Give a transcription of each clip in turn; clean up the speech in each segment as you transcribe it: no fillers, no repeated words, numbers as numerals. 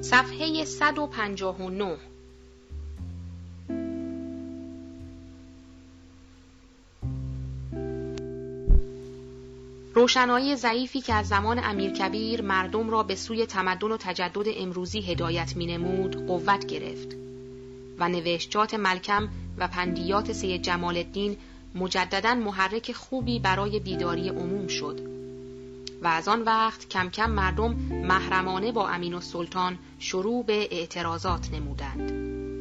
صفحه 159. روشنایی ضعیفی که از زمان امیرکبیر مردم را به سوی تمدن و تجدد امروزی هدایت می‌نمود قوت گرفت و نوشتجات ملکم و پندیات سید جمال الدین مجدداً محرک خوبی برای بیداری عموم شد و از آن وقت کم کم مردم محرمانه با امین‌السلطان شروع به اعتراضات نمودند.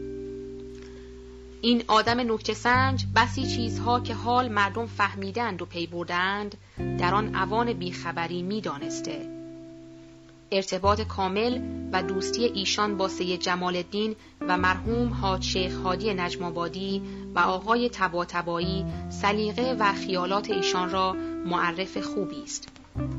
این آدم نکته سنج بسی چیزها که حال مردم فهمیدند و پی بردند در آن اوان بیخبری می دانسته. ارتباط کامل و دوستی ایشان با سید جمال الدین و مرحوم حاج شیخ هادی نجم‌آبادی و آقای طباطبایی سلیقه و خیالات ایشان را معرف خوبی است.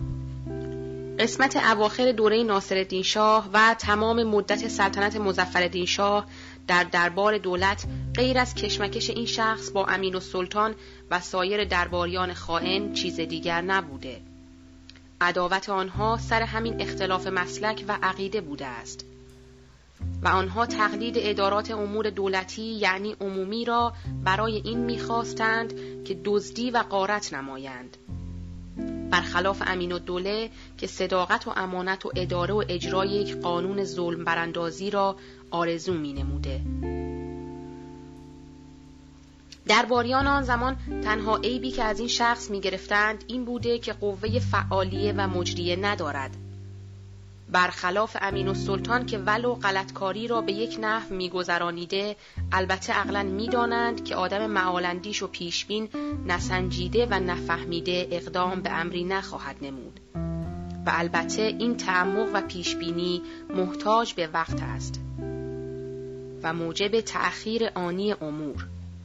قسمت اواخر دوره ناصرالدین شاه و تمام مدت سلطنت مظفرالدین شاه در دربار دولت غیر از کشمکش این شخص با امین‌السلطان و سایر درباریان خائن چیز دیگر نبوده. عداوت آنها سر همین اختلاف مسلک و عقیده بوده است و آنها تقلید ادارات امور دولتی یعنی عمومی را برای این می‌خواستند که دزدی و غارت نمایند، برخلاف امین‌الدوله که صداقت و امانت و اداره و اجرای یک قانون ظلم براندازی را آرزو می‌نموده. درباریان آن زمان تنها عیبی که از این شخص می‌گرفتند این بوده که قوه فعالیه و مجریه ندارد. برخلاف امین‌السلطان که ولو غلطکاری را به یک نحو می‌گذرانیده، البته عقلاً می‌دانند که آدم معال‌اندیش و پیشبین نسنجیده و نفهمیده اقدام به امری نخواهد نمود و البته این تعمق و پیشبینی محتاج به وقت است و موجب تأخیر آنی امور.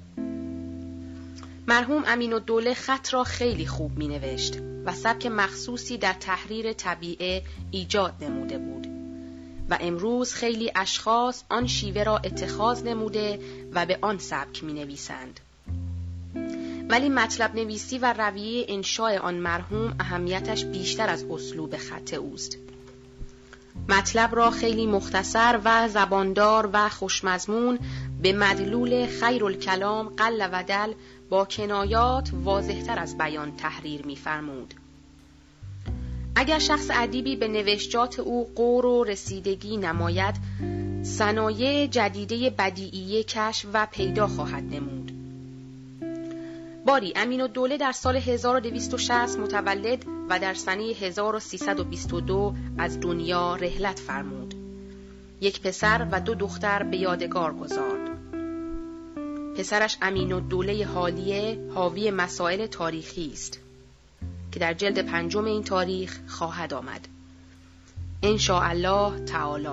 مرحوم امین‌الدوله خط را خیلی خوب می نوشت و سبک مخصوصی در تحریر طبیعه ایجاد نموده بود و امروز خیلی اشخاص آن شیوه را اتخاذ نموده و به آن سبک می نویسند. ولی مطلب نویسی و رویه انشاء آن مرحوم اهمیتش بیشتر از اسلوب خط اوست. مطلب را خیلی مختصر و زباندار و خوشمضمون به مدلول خیرالکلام قل و دل با کنایات واضح‌تر از بیان تحریر می‌فرمود. اگر شخص ادیبی به نوشتجات او غور و رسیدگی نماید، صنایع جدیده بدیعیه کشف و پیدا خواهد نمود. باری امین‌الدوله در سال 1260 متولد و در سنه 1322 از دنیا رحلت فرمود. یک پسر و 2 دختر به یادگار گذارد. پسرش امین‌الدوله حالیه حاوی مسائل تاریخی است که در جلد 5 این تاریخ خواهد آمد ان شاء الله تعالی.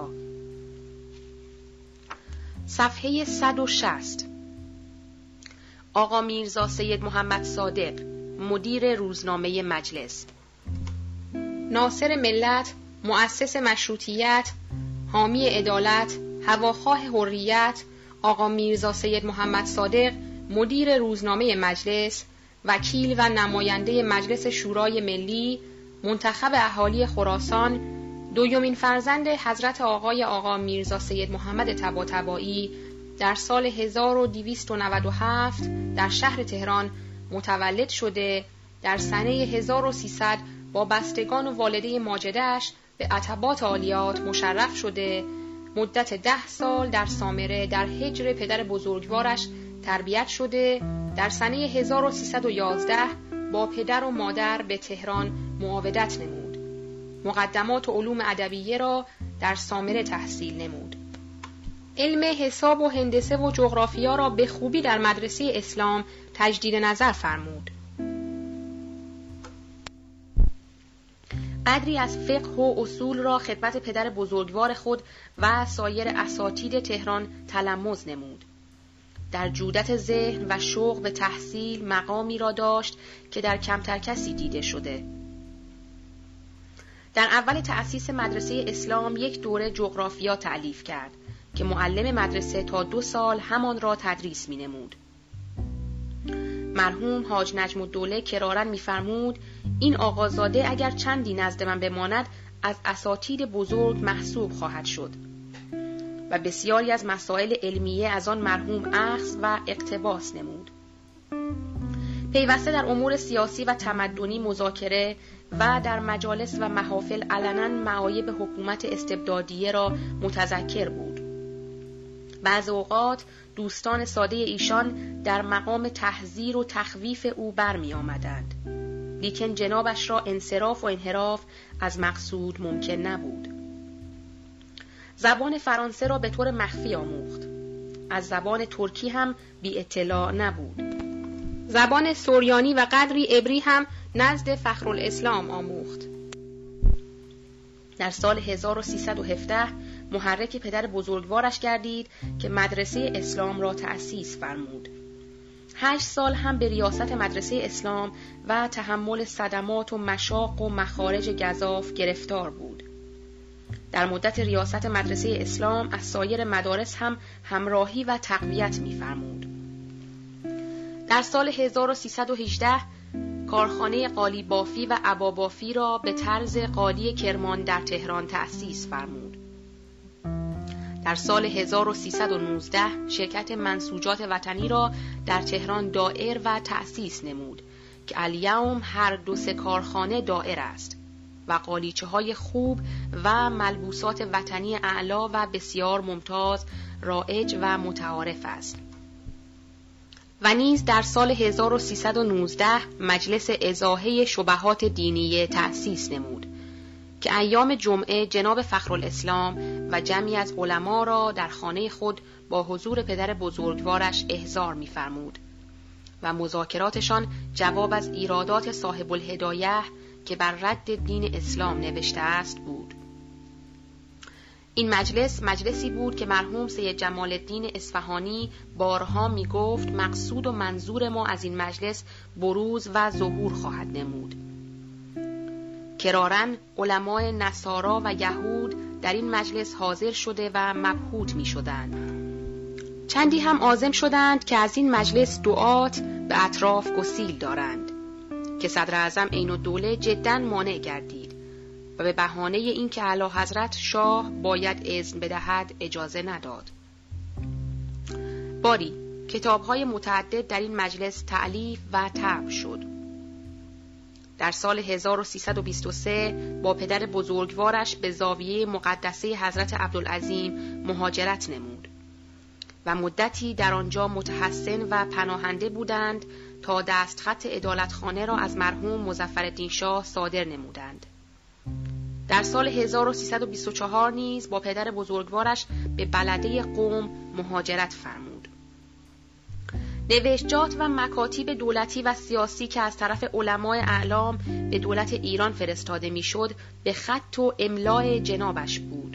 صفحه 160. آقا میرزا سید محمد صادق، مدیر روزنامه مجلس، ناصر ملت، مؤسس مشروطیت، حامی عدالت، هواخواه حریت، آقا میرزا سید محمد صادق، مدیر روزنامه مجلس، وکیل و نماینده مجلس شورای ملی، منتخب اهالی خراسان، 2مین فرزند حضرت آقا میرزا سید محمد طباطبایی، در سال 1297 در شهر تهران متولد شده، در سنه 1300 با بستگان و والده ماجده‌اش به عتبات عالیات مشرف شده، مدت 10 سال در سامره در حجر پدر بزرگوارش تربیت شده، در سنه 1311 با پدر و مادر به تهران معاودت نمود. مقدمات و علوم ادبیه را در سامره تحصیل نمود. علم حساب و هندسه و جغرافیا را به خوبی در مدرسه اسلام تجدید نظر فرمود. قدری از فقه و اصول را خدمت پدر بزرگوار خود و سایر اساتید تهران تلمذ نمود. در جودت ذهن و شوق به تحصیل مقامی را داشت که در کمتر کسی دیده شده. در اول تأسیس مدرسه اسلام یک دوره جغرافیا تألیف کرد که معلم مدرسه تا 2 سال همان را تدریس می نمود. مرحوم حاج نجم‌الدوله کراراً می‌فرمود این آقازاده اگر چندی نزد من بماند از اساتید بزرگ محسوب خواهد شد و بسیاری از مسائل علمیه از آن مرحوم اخذ و اقتباس نمود. پیوسته در امور سیاسی و تمدنی مذاکره و در مجالس و محافل علنا معایب حکومت استبدادیه را متذکر بود. بعض اوقات دوستان ساده ایشان در مقام تحذیر و تخویف او برمی آمدند، لیکن جنابش را انصراف و انحراف از مقصود ممکن نبود. زبان فرانسه را به طور مخفی آموخت. از زبان ترکی هم بی اطلاع نبود. زبان سوریانی و قدری عبری هم نزد فخرالاسلام آموخت. در سال 1317 محرک پدر بزرگوارش گردید که مدرسه اسلام را تأسیس فرمود. 8 سال هم به ریاست مدرسه اسلام و تحمل صدمات و مشاق و مخارج گزاف گرفتار بود. در مدت ریاست مدرسه اسلام از سایر مدارس هم همراهی و تقویت می‌فرمود. در سال 1318 کارخانه قالی بافی و عبا بافی را به طرز قالی کرمان در تهران تأسیس فرمود. در سال 1319 شرکت منسوجات وطنی را در تهران دائر و تأسیس نمود که الیوم هر 2 کارخانه دائر است و قالیچه‌های خوب و ملبوسات وطنی اعلا و بسیار ممتاز رایج و متعارف است. و نیز در سال 1319 مجلس ازاحه شبهات دینیه تأسیس نمود که ایام جمعه جناب فخرالاسلام و جمعی از علما را در خانه خود با حضور پدر بزرگوارش احضار می‌فرمود و مذاکراتشان جواب از ایرادات صاحب الهدایه که بر رد دین اسلام نوشته است بود. این مجلسی بود که مرحوم سید جمال الدین اصفهانی بارها می گفت مقصود و منظور ما از این مجلس بروز و ظهور خواهد نمود. کراراً علمای نصارا و یهود در این مجلس حاضر شده و مبهوت می شدند. چندی هم عازم شدند که از این مجلس دعات به اطراف گسیل دارند که صدر اعظم عین الدوله جداً مانع گردید و به بهانه این که اعلی حضرت شاه باید اذن بدهد اجازه نداد. باری کتاب‌های متعدد در این مجلس تألیف و طبع شد. در سال 1323 با پدر بزرگوارش به زاویه مقدسه حضرت عبدالعظیم مهاجرت نمود و مدتی در آنجا متحسن و پناهنده بودند تا دستخط عدالتخانه را از مرحوم مظفرالدین شاه صادر نمودند. در سال 1324 نیز با پدر بزرگوارش به بلده قم مهاجرت فرمود. نوشتجات و مکاتیب دولتی و سیاسی که از طرف علمای اعلام به دولت ایران فرستاده میشد به خط و املاء جنابش بود.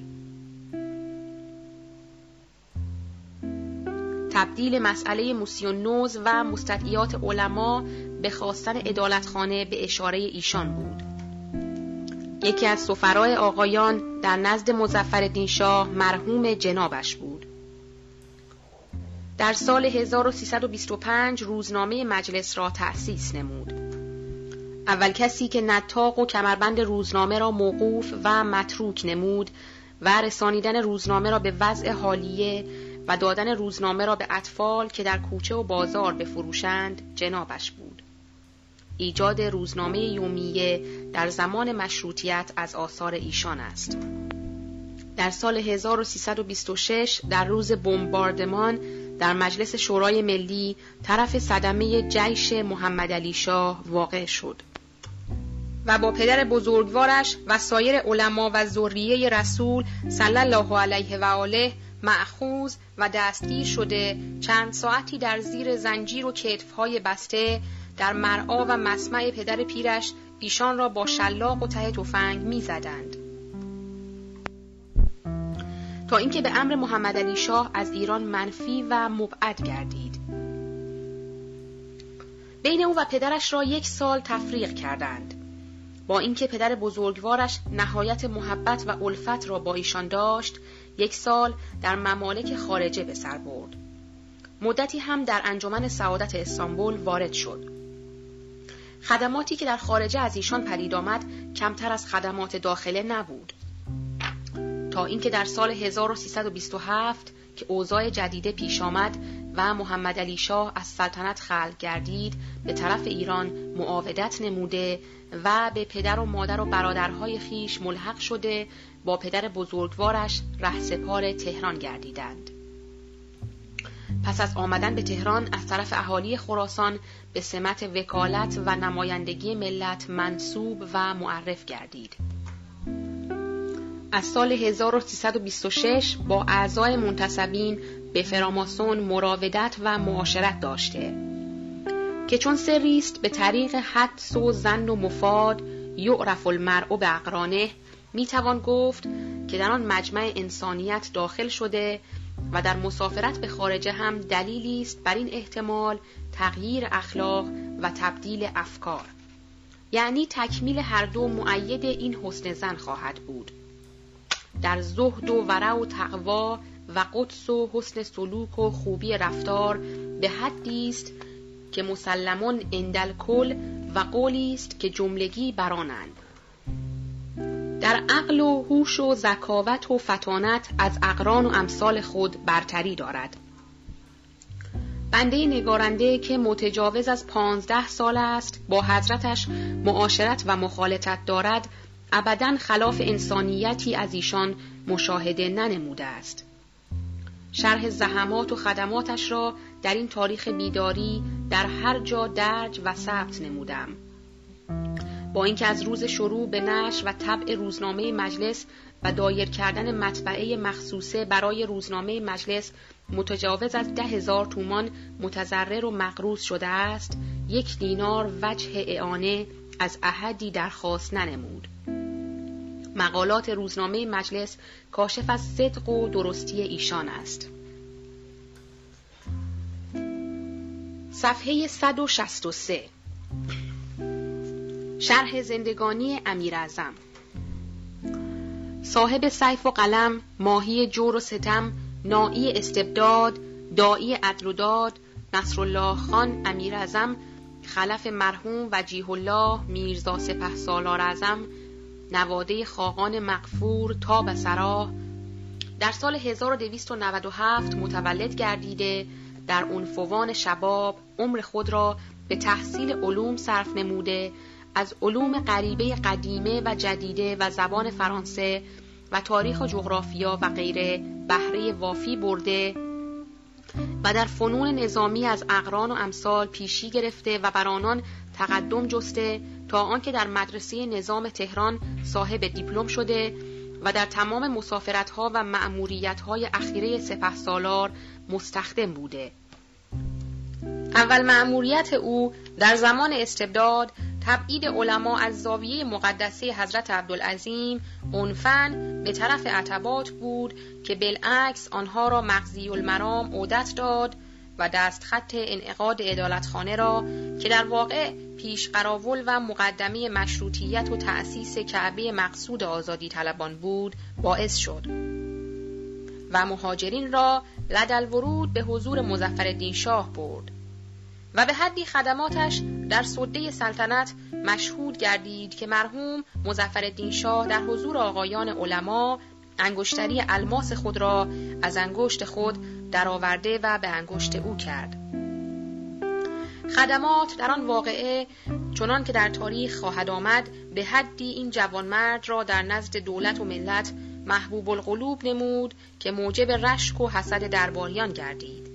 تبدیل مسئله موسیونوز و مستدعیات علما به خواستن عدالتخانه به اشاره ایشان بود. یکی از سفرای آقایان در نزد مظفرالدین شاه مرحوم جنابش بود. در سال 1325 روزنامه مجلس را تأسیس نمود. اول کسی که نطاق و کمربند روزنامه را موقوف و متروک نمود و رسانیدن روزنامه را به وضع حالیه و دادن روزنامه را به اطفال که در کوچه و بازار بفروشند جنابش بود. ایجاد روزنامه یومیه در زمان مشروطیت از آثار ایشان است. در سال 1326 در روز بمباردمان در مجلس شورای ملی طرف صدمه جیش محمد علی شاه واقع شد و با پدر بزرگوارش و سایر علما و ذریه رسول صلی الله علیه و آله مأخوذ و دستگیر شده چند ساعتی در زیر زنجیر و کتفهای بسته در مرعا و مسمع پدر پیرش ایشان را با شلاق و ته تفنگ می زدند تا اینکه به امر محمد علی شاه از ایران منفی و مبعد گردید. بین او و پدرش را 1 سال تفریق کردند. با اینکه پدر بزرگوارش نهایت محبت و الفت را با ایشان داشت، 1 سال در ممالک خارجه به سر برد. مدتی هم در انجمن سعادت استانبول وارد شد. خدماتی که در خارجه از ایشان پدید آمد کمتر از خدمات داخله نبود. تا اینکه در سال 1327 که اوضاع جدیده پیش آمد و محمد علی شاه از سلطنت خلع گردید، به طرف ایران معاودت نموده و به پدر و مادر و برادرهای خیش ملحق شده با پدر بزرگوارش رهسپار تهران گردیدند. پس از آمدن به تهران از طرف اهالی خراسان به سمت وکالت و نمایندگی ملت منصوب و معرف گردید. از سال 1326 با اعضای منتسبین به فراماسون مراودت و معاشرت داشته که چون سری است به طریق حدس و ظن و مفاد یعرف المرء باقرانه، میتوان گفت که در آن مجمع انسانیت داخل شده و در مسافرت به خارجه هم دلیلی است بر این احتمال تغییر اخلاق و تبدیل افکار، یعنی تکمیل هر دو مؤید این حسن ظن خواهد بود. در زهد و ورع و تقوا و قدس و حسن سلوک و خوبی رفتار به حدی است که مسلمون اندالکل و قولی است که جملگی برانند. در عقل و هوش و ذکاوت و فطانت از اقران و امثال خود برتری دارد. بنده نگارنده که متجاوز از 15 سال است با حضرتش معاشرت و مخالطت دارد، ابداً خلاف انسانیتی از ایشان مشاهده ننموده است. شرح زحمات و خدماتش را در این تاریخ بیداری در هر جا درج و ثبت نمودم. با اینکه از روز شروع به نشر و طبع روزنامه مجلس و دایر کردن مطبعه مخصوصه برای روزنامه مجلس متجاوز از 10,000 تومان متضرر و مقروض شده است، 1 دینار وجه اعانه از احدی درخواست ننمود. مقالات روزنامه مجلس کاشف از صدق و درستی ایشان است. صفحه 163. شرح زندگانی امیراعظم. صاحب سیف و قلم، ماهی جور و ستم، نائی استبداد، داعی عدل و داد، نصرالله خان امیراعظم، خلف مرحوم وجیه الله میرزا سپهسالار اعظم، نواده خاقان مغفور تا به سراه، در سال 1297 متولد گردیده، در عنفوان شباب عمر خود را به تحصیل علوم صرف نموده، از علوم غریبه قدیمه و جدیده و زبان فرانسه و تاریخ و جغرافیا و غیره بهره وافی برده و در فنون نظامی از اقران و امثال پیشی گرفته و بر آنان تقدم جسته تا آنکه در مدرسه نظام تهران صاحب دیپلم شده و در تمام مسافرت‌ها و مأموریت‌های اخیره سپهسالار مستخدم بوده. اول مأموریت او در زمان استبداد تبعید علما از زاویه مقدسه حضرت عبدالعظیم عنفاً به طرف عتبات بود که بالعکس آنها را مقضی المرام عودت داد و دستخط انعقاد عدالتخانه را که در واقع پیش قراول و مقدمه مشروطیت و تأسیس کعبه مقصود آزادی طلبان بود باعث شد و مهاجرین را لدالورود به حضور مظفرالدین شاه برد و به حدی خدماتش در سده سلطنت مشهود گردید که مرحوم مظفرالدین شاه در حضور آقایان علما انگشتری الماس خود را از انگشت خود درآورده و به انگشت او کرد. خدمات در آن واقعه چنان که در تاریخ خواهد آمد به حدی این جوانمرد را در نزد دولت و ملت محبوب القلوب نمود که موجب رشک و حسد درباریان گردید.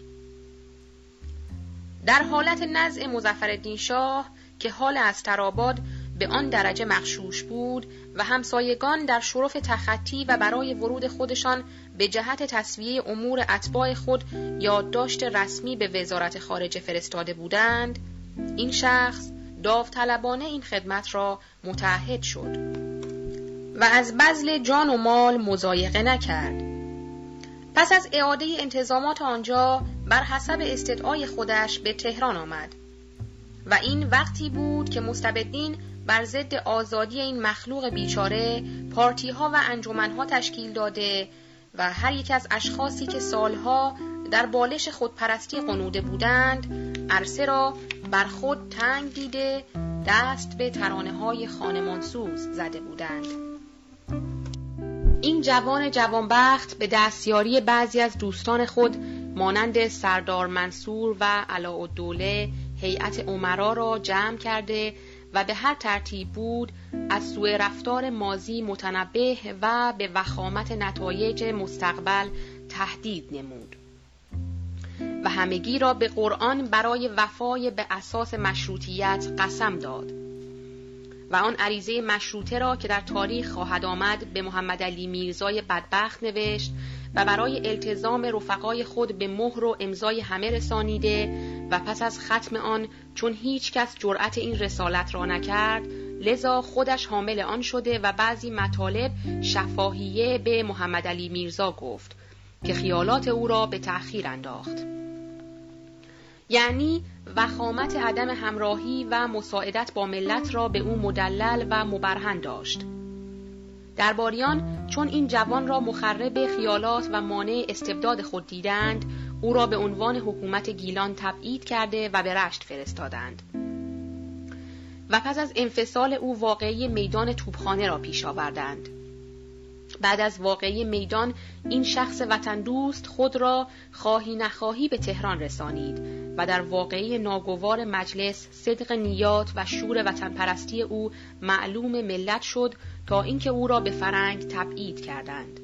در حالت نزع مظفرالدین شاه که حال استرآباد به آن درجه مغشوش بود و همسایگان در شرف تخطی و برای ورود خودشان به جهت تسویه امور اتباع خود یادداشت رسمی به وزارت خارجه فرستاده بودند، این شخص داوطلبانه این خدمت را متعهد شد و از بذل جان و مال مضایقه نکرد. پس از اعاده انتظامات آنجا بر حسب استدعای خودش به تهران آمد و این وقتی بود که مستبدین بر ضد آزادی این مخلوق بیچاره پارتی‌ها و انجمن‌ها تشکیل داده و هر یک از اشخاصی که سالها در بالش خودپرستی قنوده بودند عرصه را بر خود تنگ دیده دست به ترانه‌های خانمانسوز زده بودند. این جوانبخت به دستیاری بعضی از دوستان خود مانند سردار منصور و علاءالدوله هیئت امرا را جمع کرده و به هر ترتیب بود از سوء رفتار ماضی متنبه و به وخامت نتایج مستقبل تهدید نمود و همگی را به قرآن برای وفای به اساس مشروطیت قسم داد و آن عریضه مشروطه را که در تاریخ خواهد آمد به محمد علی میرزای بدبخت نوشت و برای التزام رفقای خود به مهر و امضای همه رسانیده و پس از ختم آن چون هیچ کس جرأت این رسالت را نکرد لذا خودش حامل آن شده و بعضی مطالب شفاهیه به محمد علی میرزا گفت که خیالات او را به تأخیر انداخت. یعنی وخامت عدم همراهی و مساعدت با ملت را به او مدلل و مبرهن داشت. درباریان چون این جوان را مخرب خیالات و مانع استبداد خود دیدند او را به عنوان حکومت گیلان تبعید کرده و به رشت فرستادند و پس از انفصال او واقعه میدان توپخانه را پیش آوردند. بعد از واقعه میدان این شخص وطن دوست خود را خواهی نخواهی به تهران رسانید و در واقعه ناگوار مجلس صدق نیات و شور وطن پرستی او معلوم ملت شد تا اینکه او را به فرنگ تبعید کردند.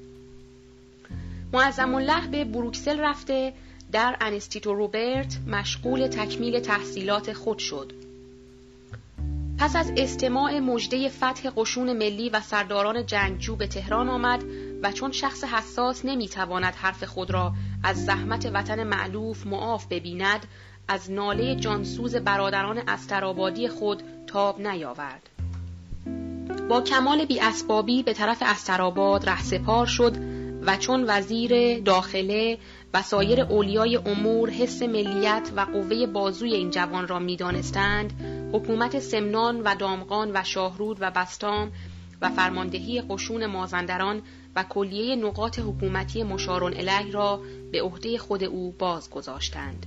معظم الله به بروکسل رفته در انستیتو روبرت مشغول تکمیل تحصیلات خود شد. پس از استماع مژده فتح قشون ملی و سرداران جنگجو به تهران آمد و چون شخص حساس نمیتواند حرف خود را از زحمت وطن مألوف معاف ببیند از ناله جانسوز برادران استرآبادی خود تاب نیاورد. با کمال بی اسبابی به طرف استرآباد رهسپار شد و چون وزیر داخله و سایر اولیای امور حس ملیت و قوه بازوی این جوان را می‌دانستند، حکومت سمنان و دامغان و شاهرود و بستام و فرماندهی قشون مازندران و کلیه نقاط حکومتی مشارون الیه را به عهده خود او باز گذاشتند.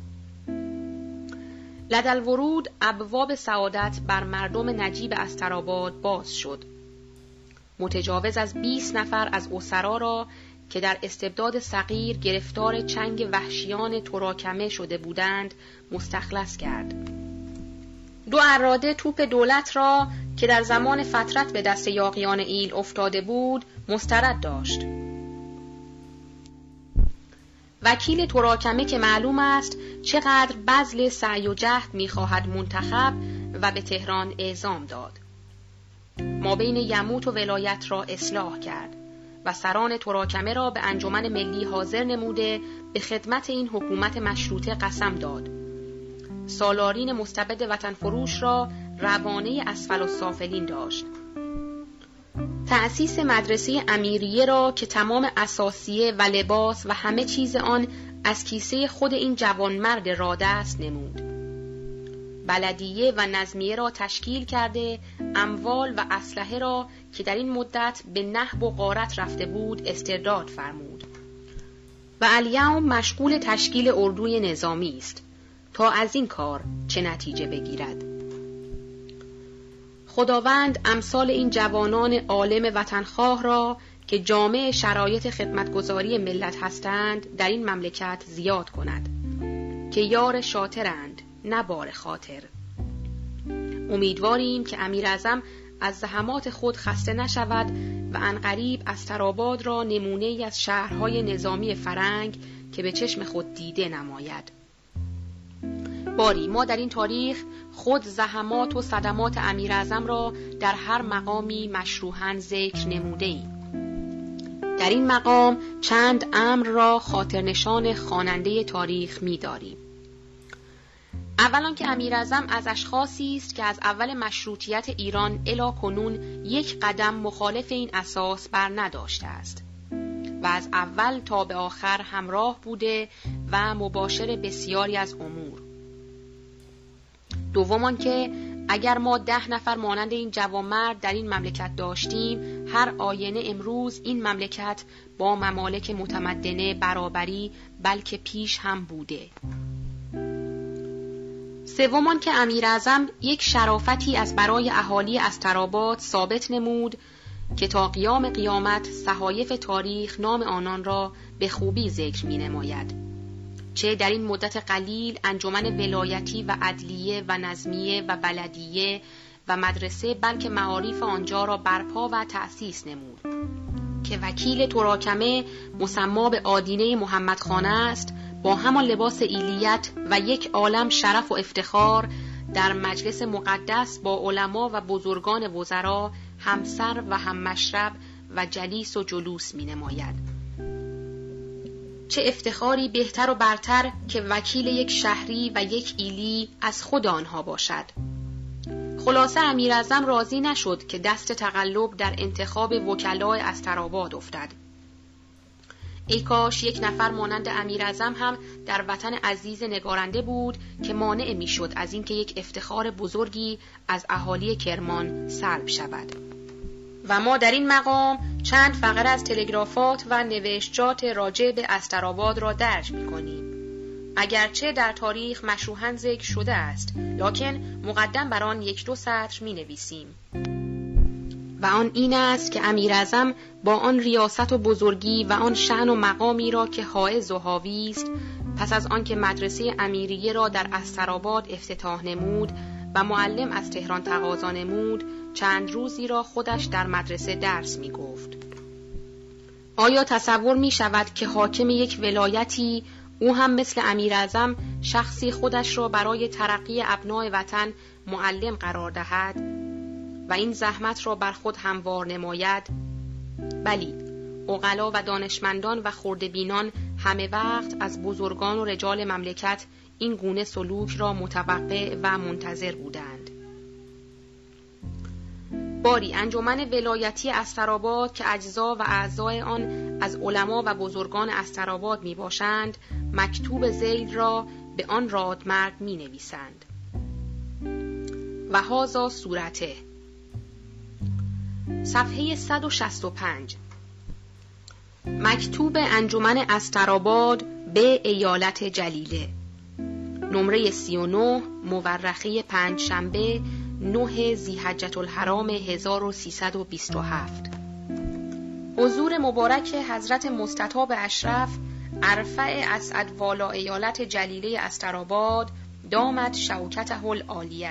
لدالورود ابواب سعادت بر مردم نجیب استرآباد باز شد. متجاوز از 20 نفر از اسرا را که در استبداد صغیر گرفتار چنگ وحشیان تراکمه شده بودند مستخلص کرد. 2 اراده توپ دولت را که در زمان فترت به دست یاغیان ایل افتاده بود مسترد داشت. وکیل تراکمه که معلوم است چقدر بذل سعی و جهد می‌خواهد منتخب و به تهران اعزام داد. مابین یموت و ولایت را اصلاح کرد و سران تراکمه را به انجمن ملی حاضر نموده به خدمت این حکومت مشروطه قسم داد. سالارین مستبد وطن فروش را روانه اسفل السافلین داشت. تأسیس مدرسه امیریه را که تمام اساسیه و لباس و همه چیز آن از کیسه خود این جوانمرد راده است نمود. بلدیه و نظمیه را تشکیل کرده اموال و اسلحه را که در این مدت به نهب و غارت رفته بود استرداد فرمود و الیوم مشغول تشکیل اردوی نظامی است تا از این کار چه نتیجه بگیرد. خداوند امثال این جوانان عالم وطنخواه را که جامع شرایط خدمتگزاری ملت هستند در این مملکت زیاد کند که یار شاطرند نه بار خاطر. امیدواریم که امیراعظم از زحمات خود خسته نشود و عنقریب استرآباد را نمونه‌ای از شهرهای نظامی فرنگ که به چشم خود دیده نماید. باری ما در این تاریخ خود زحمات و صدمات امیراعظم را در هر مقامی مشروحاً ذکر نموده‌ایم. در این مقام چند امر را خاطرنشان خواننده تاریخ می‌داریم. اولا که امیراعظم از اشخاصی است که از اول مشروطیت ایران الی کنون یک قدم مخالف این اساس بر نداشته است و از اول تا به آخر همراه بوده و مباشر بسیاری از امور. دومان که اگر ما 10 نفر مانند این جوانمرد در این مملکت داشتیم، هر آینه امروز این مملکت با ممالک متمدنه برابری بلکه پیش هم بوده. سومان که امیراعظم یک شرافتی از برای اهالی استرآباد ثابت نمود که تا قیام قیامت صحایف تاریخ نام آنان را به خوبی ذکر می نماید. چه در این مدت قلیل انجمن ولایتی و عدلیه و نظمیه و بلدیه و مدرسه بلکه معارف آنجا را برپا و تأسیس نمود که وکیل تراکمه مسما به آدینه محمدخانه است با همان لباس ایلیت و یک عالم شرف و افتخار در مجلس مقدس با علما و بزرگان وزرا همسر و هم مشرب و جلیس و جلوس می نماید. چه افتخاری بهتر و برتر که وکیل یک شهری و یک ایلی از خود آنها باشد. خلاصه امیراعظم راضی نشد که دست تقلب در انتخاب وکلای استرآباد افتد. ای کاش یک نفر مانند امیراعظم هم در وطن عزیز نگارنده بود که مانع میشد از اینکه یک افتخار بزرگی از اهالی کرمان سلب شود. و ما در این مقام چند فقره از تلگرافات و نوشتجات راجع به استرآباد را درج می‌کنیم. اگرچه در تاریخ مشروحاً ذکر شده است، لکن مقدم بر آن 1-2 سطر می‌نویسیم. و آن این است که امیراعظم با آن ریاست و بزرگی و آن شأن و مقامی را که حائز و حاوی است، پس از آن که مدرسه امیریه را در استرآباد افتتاح نمود و معلم از تهران تقاضا نمود، چند روزی را خودش در مدرسه درس می گفت. آیا تصور می شود که حاکم یک ولایتی، او هم مثل امیراعظم، شخصی خودش را برای ترقی ابنای وطن معلم قرار دهد و این زحمت را بر خود هموار نماید؟ بلی، عقلا و دانشمندان و خرده‌بینان همه وقت از بزرگان و رجال مملکت این گونه سلوک را متوقع و منتظر بودند. باری انجمن ولایتی استرآباد که اجزا و اعضای آن از علما و بزرگان استرآباد می باشند، مکتوب ذیل را به آن رادمرد می نویسند. و هذا صورته. صفحه 165. مکتوب انجمن استرآباد به ایالت جلیله، نمره 39، مورخه 5 شنبه 9 ذی‌حجة الحرام 1327. حضور مبارک حضرت مستطاب اشرف ارفع اسعد والا ایالت جلیله استرآباد دامت شوکته العالیه،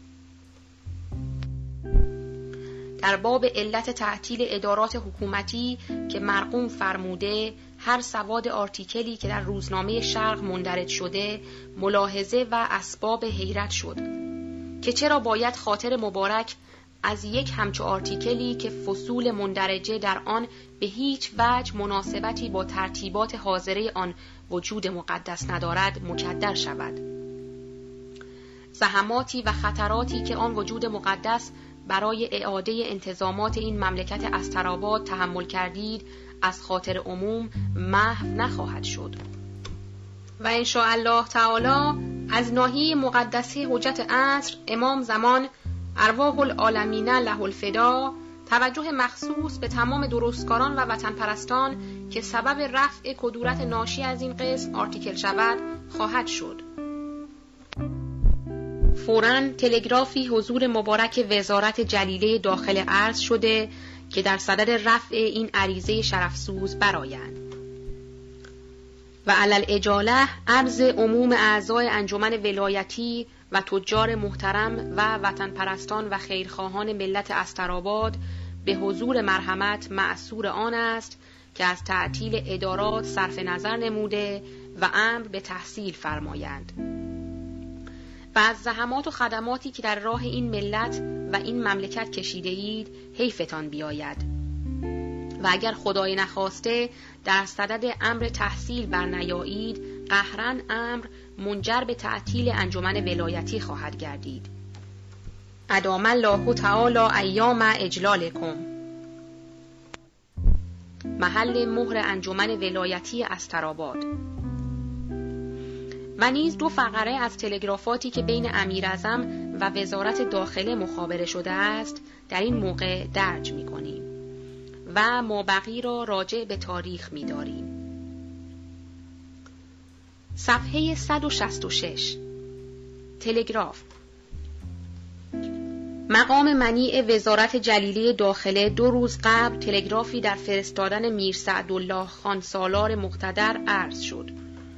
در باب علت تعطیل ادارات حکومتی که مرقوم فرموده هر سواد آرتیکلی که در روزنامه شرق مندرج شده ملاحظه و اسباب حیرت شد که چرا باید خاطر مبارک از یک همچو آرتیکلی که فصول مندرجه در آن به هیچ وجه مناسبتی با ترتیبات حاضره آن وجود مقدس ندارد مکدر شود. زحماتی و خطراتی که آن وجود مقدس برای اعاده انتظامات این مملکت استرآباد تحمل کردید از خاطر عموم محو نخواهد شد و ان شاء الله تعالی از ناحیه مقدسه حجت عصر امام زمان ارواح العالمین له الفدا توجه مخصوص به تمام درستکاران و وطن پرستان که سبب رفع کدورت ناشی از این قسم آرتیکل شود خواهد شد. فوراً تلگرافی حضور مبارک وزارت جلیله داخل عرض شده که در صدد رفع این عریضه شرفسوز برآیند و علل اجاله عرض عموم اعضای انجمن ولایتی و تجار محترم و وطن پرستان و خیرخواهان ملت استرآباد به حضور مرحمت مأثور آن است که از تعطیل ادارات صرف نظر نموده و امر به تحصیل فرمایند و از زحمات و خدماتی که در راه این ملت و این مملکت کشیده اید حیفتان بیاید و اگر خدای نخواسته در صدد امر تحصیل برنیایید قهراً امر منجر به تعطیل انجمن ولایتی خواهد گردید. ادام الله تعالی ایام اجلالکم. محل مهر انجمن ولایتی استرآباد. و نیز 2 فقره از تلگرافاتی که بین امیراعظم و وزارت داخله مخابره شده است در این موقع درج می‌کنیم و مابقی را راجع به تاریخ می‌داریم. صفحه 166. تلگراف. مقام منیع وزارت جلیلی داخله 2 روز قبل تلگرافی در فرستادن میر سعدالله خان سالار مقتدر عرض شد.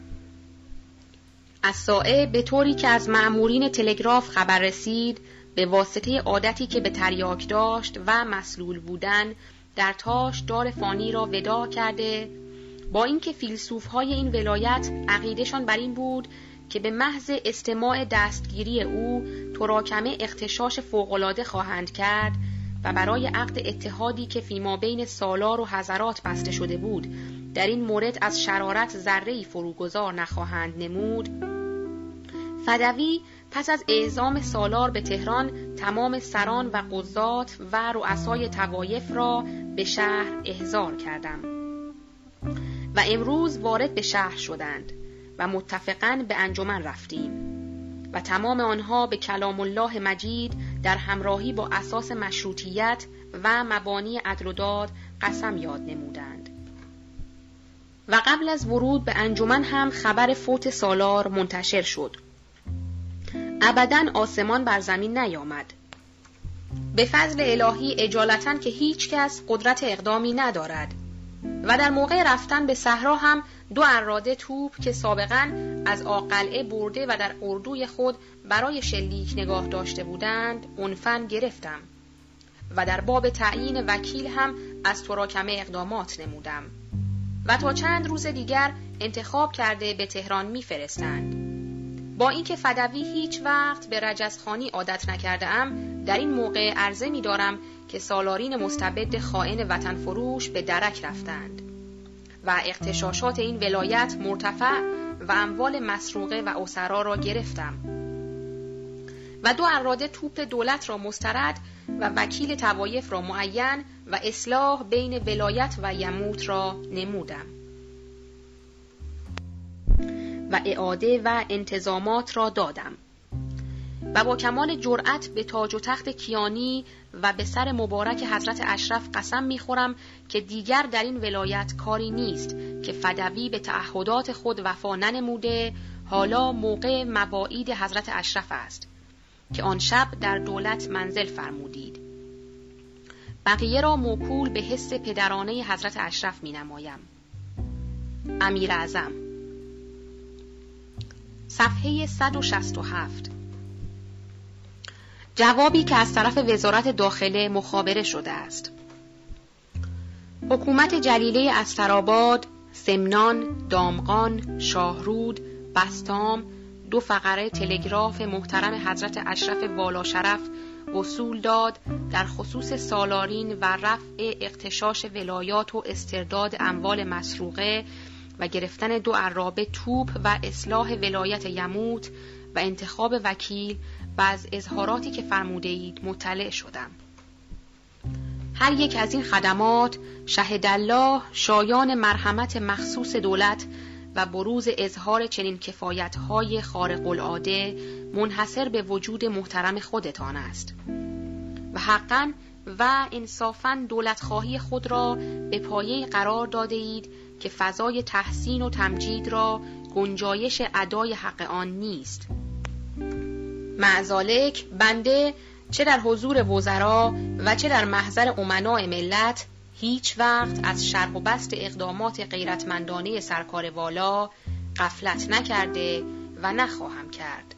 الساعه به طوری که از مأمورین تلگراف خبر رسید، به واسطه عادتی که به تریاک داشت و مسلول بودن، در تاش دار فانی را وداع کرده، با اینکه فیلسوف‌های این ولایت عقیدهشان بر این بود که به محض استماع دستگیری او تراکمه اغتشاش فوق‌العاده خواهند کرد و برای عقد اتحادی که فیما بین سالار و حضرات بسته شده بود در این مورد از شرارت ذره‌ای فروگذار نخواهند نمود، فدوی پس از اعزام سالار به تهران تمام سران و قضات و رؤسای طوایف را به شهر احضار کردم و امروز وارد به شهر شدند و متفقاً به انجمن رفتیم و تمام آنها به کلام الله مجید در همراهی با اساس مشروطیت و مبانی عدل و داد قسم یاد نمودند و قبل از ورود به انجمن هم خبر فوت سالار منتشر شد. ابداً آسمان بر زمین نیامد. به فضل الهی اجالتاً که هیچ کس قدرت اقدامی ندارد و در موقع رفتن به صحرا هم 2 اراده توپ که سابقاً از آقلعه برده و در اردوی خود برای شلیک نگاه داشته بودند عنفاً گرفتم و در باب تعیین وکیل هم از تراکمه اقدامات نمودم و تا چند روز دیگر انتخاب کرده به تهران می‌فرستند. با اینکه فدوی هیچ وقت به رجزخوانی عادت نکرده ام، در این موقع عرضه می دارم که سالارین مستبد خائن وطن فروش به درک رفتند و اغتشاشات این ولایت مرتفع و اموال مسروقه و اسرا را گرفتم و 2 اراده توپ دولت را مسترد و وکیل طوایف را معین و اصلاح بین ولایت و یموت را نمودم و اعاده و انتظامات را دادم و با کمال جرأت به تاج و تخت کیانی و به سر مبارک حضرت اشرف قسم می‌خورم که دیگر در این ولایت کاری نیست که فدوی به تعهدات خود وفا ننموده، حالا موقع مواعید حضرت اشرف است که آن شب در دولت منزل فرمودید. بقیه را موکول به حس پدرانه حضرت اشرف می‌نمایم. امیر اعظم. صفحه 167. جوابی که از طرف وزارت داخله مخابره شده است. حکومت جلیله استرآباد، سمنان، دامغان، شاهرود، بستام 2 فقره تلگراف محترم حضرت اشرف والاشرف وصول داد در خصوص سالارین و رفع اغتشاش ولایات و استرداد اموال مسروقه و گرفتن 2 عرابه توپ و اصلاح ولایت یموت و انتخاب وکیل و از اظهاراتی که فرموده اید مطلع شدم. هر یک از این خدمات شهد الله شایان مرحمت مخصوص دولت و بروز اظهار چنین کفایت‌های خارق العاده منحصر به وجود محترم خودتان است و حقاً و انصافاً دولتخواهی خود را به پایه قرار داده اید که فضای تحسین و تمجید را گنجایش ادای حق آن نیست. معذالک بنده چه در حضور وزرا و چه در محضر امناء ملت هیچ وقت از شرح و بسط اقدامات غیرتمندانه سرکار والا غفلت نکرده و نخواهم کرد.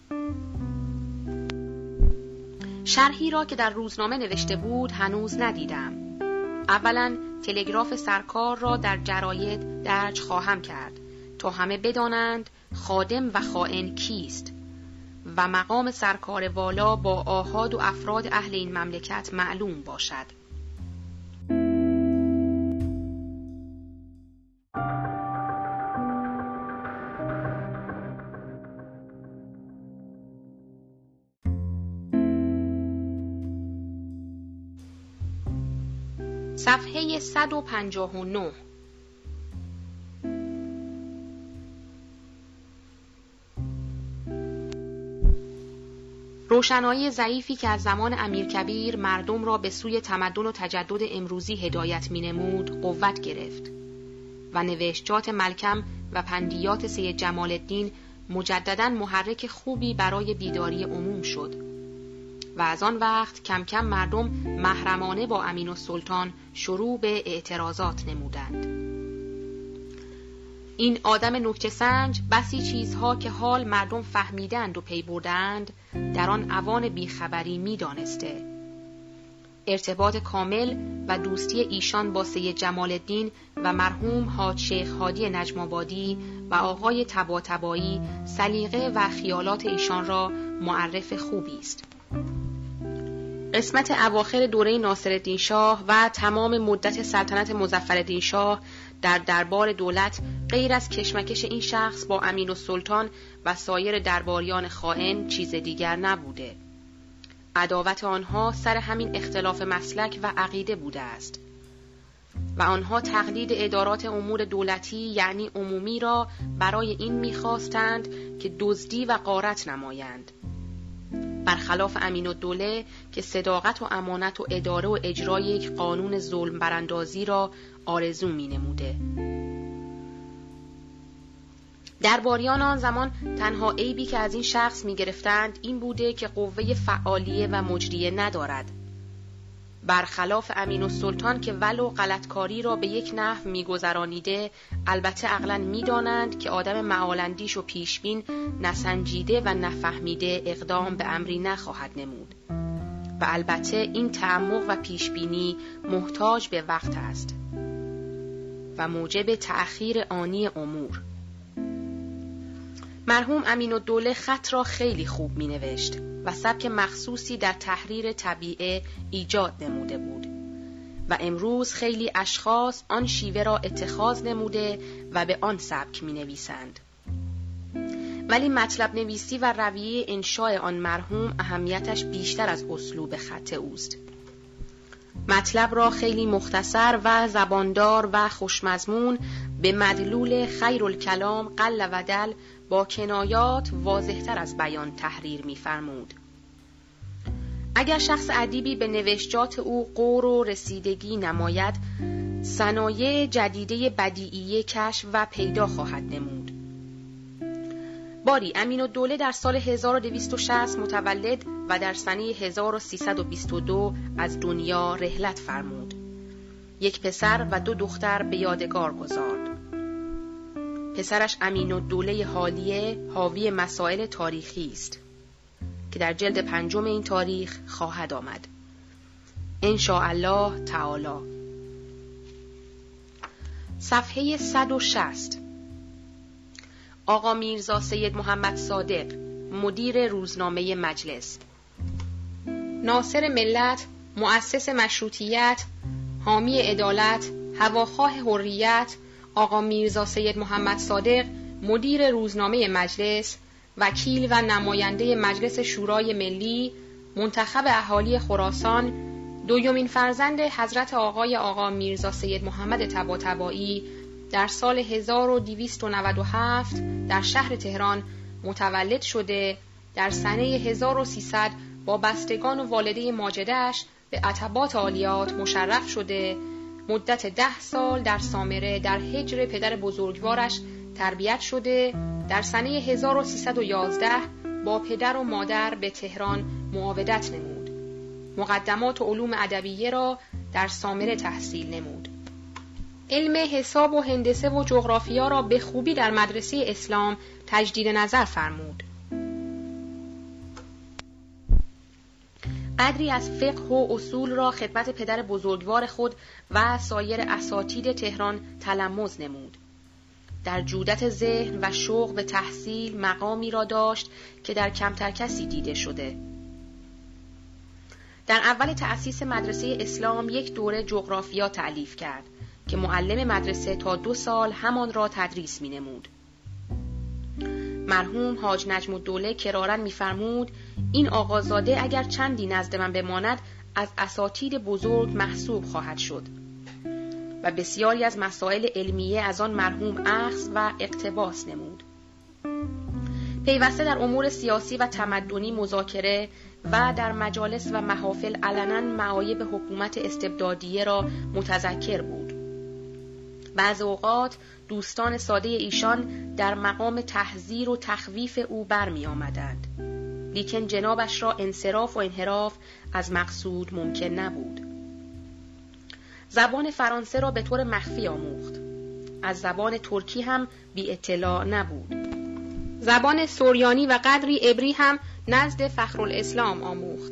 شرحی را که در روزنامه نوشته بود هنوز ندیدم. اولا تلگراف سرکار را در جراید درج خواهم کرد تا همه بدانند خادم و خائن کیست و مقام سرکار والا با آحاد و افراد اهل این مملکت معلوم باشد. صفحه 159. روشنایی ضعیفی که از زمان امیرکبیر مردم را به سوی تمدن و تجدد امروزی هدایت می‌نمود قوت گرفت و نوشتجات ملکم و پندیات سید جمال الدین مجدداً محرک خوبی برای بیداری عموم شد و از آن وقت کم کم مردم محرمانه با امین‌السلطان شروع به اعتراضات نمودند. این آدم نکته سنج بسی چیزها که حال مردم فهمیدند و پی بردند در آن اوان بیخبری می دانسته. ارتباط کامل و دوستی ایشان با سید جمال الدین و مرحوم حاج شیخ هادی نجم‌آبادی و آقای طباطبایی سلیقه و خیالات ایشان را معرف خوبی است. قسمت اواخر دوره ناصرالدین شاه و تمام مدت سلطنت مظفرالدین شاه در دربار دولت غیر از کشمکش این شخص با امین‌السلطان و سایر درباریان خائن چیز دیگر نبوده. عداوت آنها سر همین اختلاف مسلک و عقیده بوده است و آنها تقلید ادارات امور دولتی یعنی عمومی را برای این می‌خواستند که دزدی و غارت نمایند، برخلاف امین‌الدوله که صداقت و امانت و اداره و اجرای یک قانون ظلم براندازی را آرزو می‌نموده. درباریان آن زمان تنها عیبی که از این شخص می‌گرفتند این بوده که قوه فعالیه و مجریه ندارد، برخلاف امین‌السلطان که ولو غلطکاری را به یک نحو می‌گذرانیده، البته عقلاً می‌دانند که آدم معال‌اندیش و پیشبین نسنجیده و نفهمیده اقدام به امری نخواهد نمود و البته این تعمق و پیشبینی محتاج به وقت است و موجب تأخیر آنی امور. مرحوم امین‌الدوله خط را خیلی خوب می نوشت و سبک مخصوصی در تحریر طبیعه ایجاد نموده بود و امروز خیلی اشخاص آن شیوه را اتخاذ نموده و به آن سبک می نویسند. ولی مطلب نویسی و رویه انشاء آن مرحوم اهمیتش بیشتر از اسلوب خط اوست. مطلب را خیلی مختصر و زباندار و خوشمضمون به مدلول خیرالکلام قل و دل با کنایات واضح‌تر از بیان تحریر می‌فرمود. اگر شخص ادیبی به نوشتجات او غور و رسیدگی نماید، صنایع جدیده بدیعیه کشف و پیدا خواهد نمود. باری امین‌الدوله در سال 1260 متولد و در سنه 1322 از دنیا رحلت فرمود. یک پسر و 2 دختر به یادگار گذارد. پسرش امین‌الدوله حالیه حاوی مسائل تاریخی است که در جلد 5 این تاریخ خواهد آمد ان شاء الله تعالی. صفحه 160. آقا میرزا سید محمد صادق، مدیر روزنامه مجلس، ناصر ملت، مؤسس مشروطیت، حامی عدالت، هواخواه حریت، آقا میرزا سید محمد صادق، مدیر روزنامه مجلس، وکیل و نماینده مجلس شورای ملی، منتخب اهالی خراسان، 2مین فرزند حضرت آقا میرزا سید محمد طباطبایی، در سال 1297 در شهر تهران متولد شده، در سنه 1300 با بستگان و والده ماجده‌اش به عتبات عالیات مشرف شده، مدت 10 سال در سامره در حجر پدر بزرگوارش تربیت شده، در سنه 1311 با پدر و مادر به تهران معاودت نمود. مقدمات و علوم ادبیه را در سامره تحصیل نمود. علم حساب و هندسه و جغرافیا را به خوبی در مدرسه اسلام تجدید نظر فرمود. قدری از فقه و اصول را خدمت پدر بزرگوار خود و سایر اساتید تهران تلمذ نمود. در جودت ذهن و شوق به تحصیل مقامی را داشت که در کمتر کسی دیده شده. در اول تأسیس مدرسه اسلام یک دوره جغرافیا تألیف کرد که معلم مدرسه تا 2 سال همان را تدریس می نمود. مرحوم حاج نجم‌الدوله کرارن می فرمود این آقازاده اگر چندی نزد من بماند از اساتید بزرگ محسوب خواهد شد و بسیاری از مسائل علمیه از آن مرحوم اخذ و اقتباس نمود. پیوسته در امور سیاسی و تمدنی مذاکره و در مجالس و محافل علنا معایب حکومت استبدادیه را متذکر بود. بعض اوقات دوستان ساده ایشان در مقام تحذیر و تخویف او برمی آمدند. لیکن جنابش را انصراف و انحراف از مقصود ممکن نبود. زبان فرانسه را به طور مخفی آموخت. از زبان ترکی هم بی اطلاع نبود. زبان سوریانی و قدری عبری هم نزد فخرالاسلام آموخت.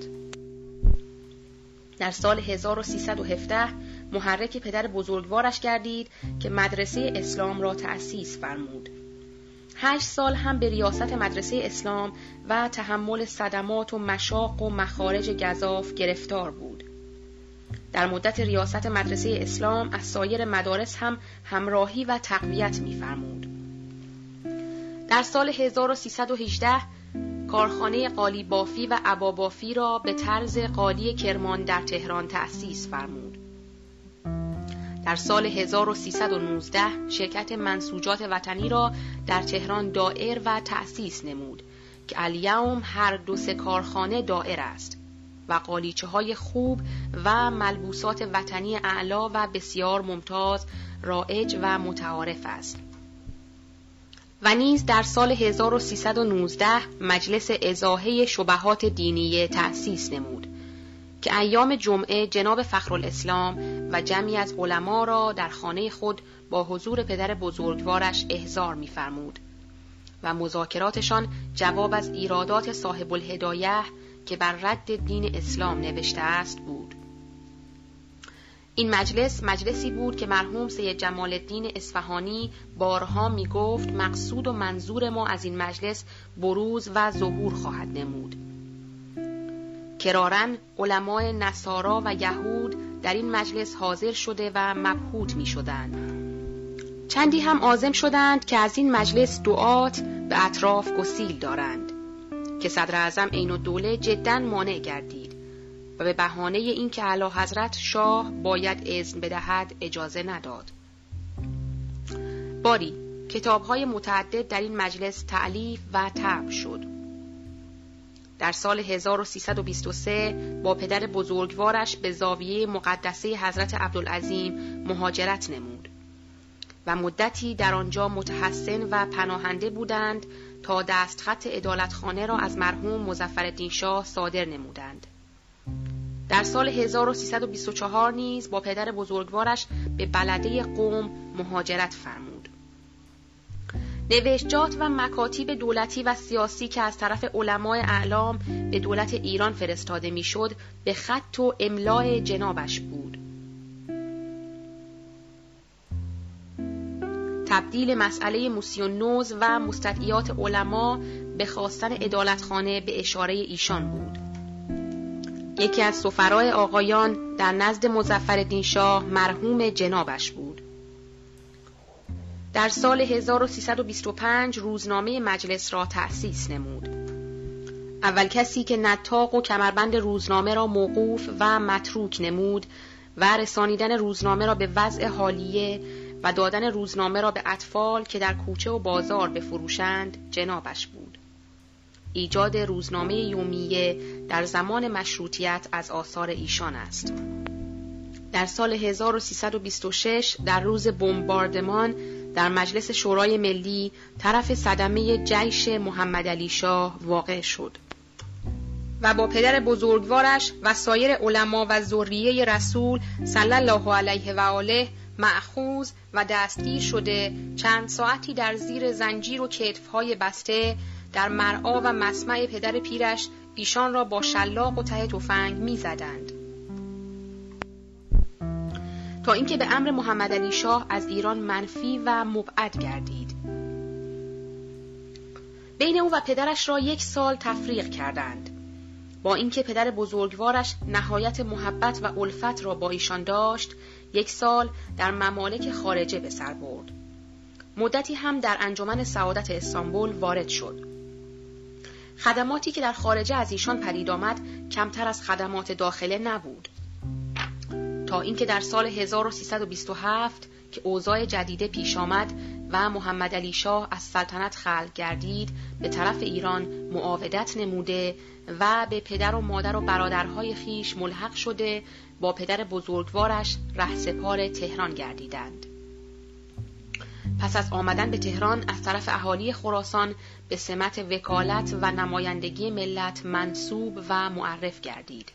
در سال 1317 محرک پدر بزرگوارش گردید که مدرسه اسلام را تأسیس فرمود. 8 سال هم به ریاست مدرسه اسلام و تحمل صدمات و مشاق و مخارج گزاف گرفتار بود. در مدت ریاست مدرسه اسلام از سایر مدارس هم همراهی و تقویت می‌فرمود. در سال 1318 کارخانه قالی بافی و عبا بافی را به طرز قالی کرمان در تهران تأسیس فرمود. در سال 1319 شرکت منسوجات وطنی را در تهران دائر و تأسیس نمود که الیوم هر 2 کارخانه دائر است و قالیچه های خوب و ملبوسات وطنی اعلا و بسیار ممتاز رایج و متعارف است. و نیز در سال 1319 مجلس ازاحه شبهات دینیه تأسیس نمود که ایام جمعه جناب فخرالاسلام و جمعی از علما را در خانه خود با حضور پدر بزرگوارش احضار می‌فرمود و مذاکراتشان جواب از ایرادات صاحب الهدایه که بر رد دین اسلام نوشته است بود. این مجلسی بود که مرحوم سید جمال الدین اصفهانی بارها می گفت مقصود و منظور ما از این مجلس بروز و ظهور خواهد نمود. کراراً علمای نصارا و یهود در این مجلس حاضر شده و مبهوت می شدند. چندی هم عازم شدند که از این مجلس دعات به اطراف گسیل دارند که صدر اعظم عین الدوله جداً مانع گردید و به بهانه این که اعلی حضرت شاه باید اذن بدهد اجازه نداد. باری کتاب‌های متعدد در این مجلس تألیف و طبع شد. در سال 1323 با پدر بزرگوارش به زاویه مقدسه حضرت عبدالعظیم مهاجرت نمود و مدتی در آنجا متحسن و پناهنده بودند تا دستخط عدالتخانه را از مرحوم مظفرالدین شاه صادر نمودند. در سال 1324 نیز با پدر بزرگوارش به بلده قم مهاجرت فرمود. نوشتجات و مکاتیب دولتی و سیاسی که از طرف علمای اعلام به دولت ایران فرستاده میشد به خط و املای جنابش بود. تبدیل مسئله موسیونوز و مستدعیات علما به خواستن عدالتخانه به اشاره ایشان بود. یکی از سفرای آقایان در نزد مظفرالدین شاه مرحوم جنابش بود. در سال 1325 روزنامه مجلس را تأسیس نمود. اول کسی که نطاق و کمربند روزنامه را موقوف و متروک نمود و رسانیدن روزنامه را به وضع حالیه و دادن روزنامه را به اطفال که در کوچه و بازار بفروشند جنابش بود. ایجاد روزنامه یومیه در زمان مشروطیت از آثار ایشان است. در سال 1326 در روز بمباردمان در مجلس شورای ملی طرف صدمه جیش محمدعلی شاه واقع شد و با پدر بزرگوارش و سایر علما و ذریه رسول صلی الله علیه و آله مأخوذ و دستگیر شده چند ساعتی در زیر زنجیر و کتفهای بسته در مرعا و مسمع پدر پیرش ایشان را با شلاق و ته تفنگ می زدند تا اینکه به امر محمدعلی شاه از ایران منفی و مبعد گردید. بین او و پدرش را 1 سال تفریق کردند. با اینکه پدر بزرگوارش نهایت محبت و الفت را با ایشان داشت، 1 سال در ممالک خارجه به سر برد. مدتی هم در انجمن سعادت استانبول وارد شد. خدماتی که در خارجه از ایشان پدید آمد کمتر از خدمات داخله نبود، تا اینکه در سال 1327 که اوضاع جدیده پیش آمد و محمدعلی شاه از سلطنت خلع گردید به طرف ایران معاودت نموده و به پدر و مادر و برادرهای خیش ملحق شده با پدر بزرگوارش رهسپار تهران گردیدند. پس از آمدن به تهران از طرف اهالی خراسان به سمت وکالت و نمایندگی ملت منصوب و معرف گردید.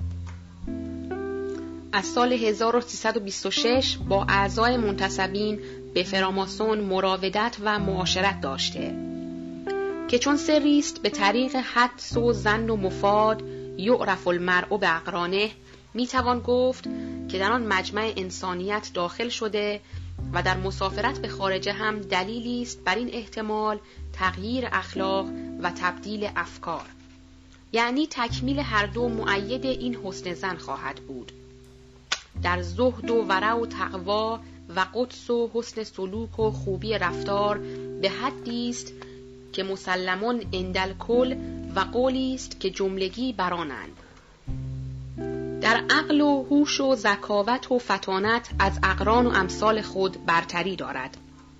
از سال 1326 با اعضای منتسبین به فراماسون مراودت و معاشرت داشته که چون سری است به طریق حدس و ظن و مفاد یعرف المرء باقرانه، میتوان گفت که در آن مجمع انسانیت داخل شده و در مسافرت به خارجه هم دلیلی است بر این احتمال تغییر اخلاق و تبدیل افکار، یعنی تکمیل هر دو مؤید این حسن ظن خواهد بود. در زهد و ورع و تقوا و قدس و حسن سلوک و خوبی رفتار به حدی است که مسلمون عندل کل و قولی است که جملگی برانند. در عقل و هوش و ذکاوت و فطانت از اقران و امثال خود برتری دارد.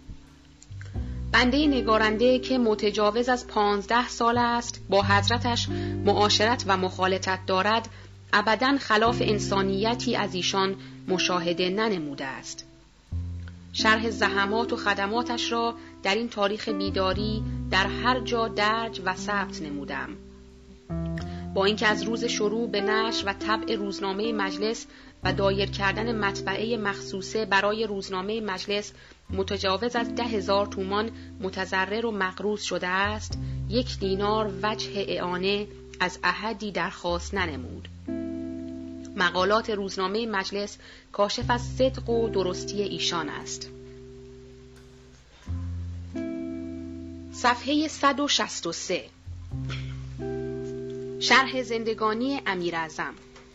بنده نگارنده که متجاوز از 15 سال است با حضرتش معاشرت و مخالطت دارد، ابداً خلاف انسانیتی از ایشان مشاهده ننموده است. شرح زحمات و خدماتش را در این تاریخ بیداری در هر جا درج و ثبت نمودم. با اینکه از روز شروع به نشر و طبع روزنامه مجلس و دایر کردن مطبعه مخصوصه برای روزنامه مجلس متجاوز از 10,000 تومان متضرر و مقروض شده است، 1 دینار وجه اعانه از احدی درخواست ننمود. مقالات روزنامه مجلس کاشف از صدق و درستی ایشان است. صفحه 163. شرح زندگانی امیراعظم.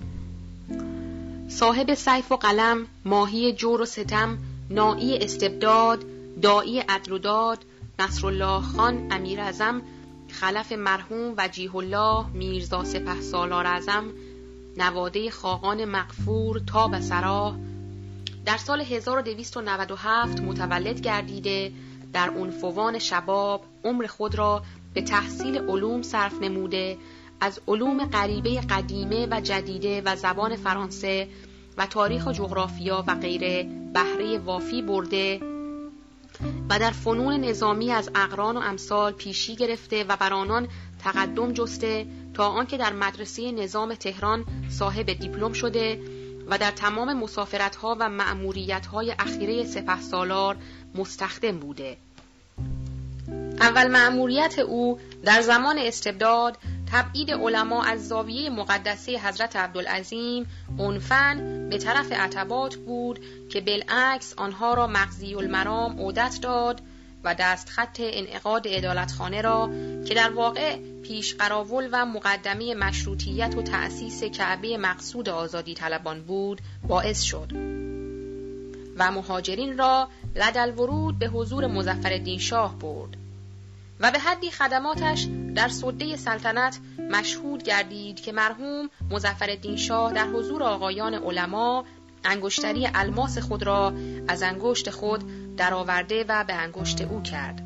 صاحب سیف و قلم، ماهی جور و ستم، نائی استبداد، داعی عدل و داد، نصرالله خان امیراعظم، خلف مرحوم وجیه الله میرزا سپهسالار اعظم، نواده خاقان مغفور تا به سراه، در سال 1297 متولد گردیده، در عنفوان شباب عمر خود را به تحصیل علوم صرف نموده، از علوم غریبه قدیمه و جدیده و زبان فرانسه و تاریخ و جغرافیا و غیره بهره وافی برده و در فنون نظامی از اقران و امثال پیشی گرفته و بر آنان تقدم جسته تا آنکه در مدرسه نظام تهران صاحب دیپلم شده و در تمام مسافرت‌ها و مأموریت‌های اخیره سپهسالار مستخدم بوده. اول مأموریت او در زمان استبداد تبعید علما از زاویه مقدسه حضرت عبدالعظیم عنفاً به طرف عتبات بود که بالعکس آنها را مقضی المرام عودت داد و دستخط انعقاد عدالتخانه را که در واقع پیش قراول و مقدمه مشروطیت و تأسیس کعبه مقصود آزادی طلبان بود باعث شد و مهاجرین را لدالورود به حضور مظفرالدین شاه برد و به حدی خدماتش در سده سلطنت مشهود گردید که مرحوم مظفرالدین شاه در حضور آقایان علما انگشتری الماس خود را از انگشت خود درآورده و به انگشت او کرد.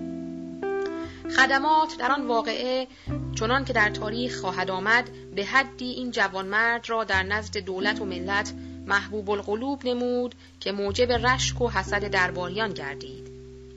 خدمات در آن واقعه چنان که در تاریخ خواهد آمد به حدی این جوانمرد را در نزد دولت و ملت محبوب القلوب نمود که موجب رشک و حسد درباریان گردید.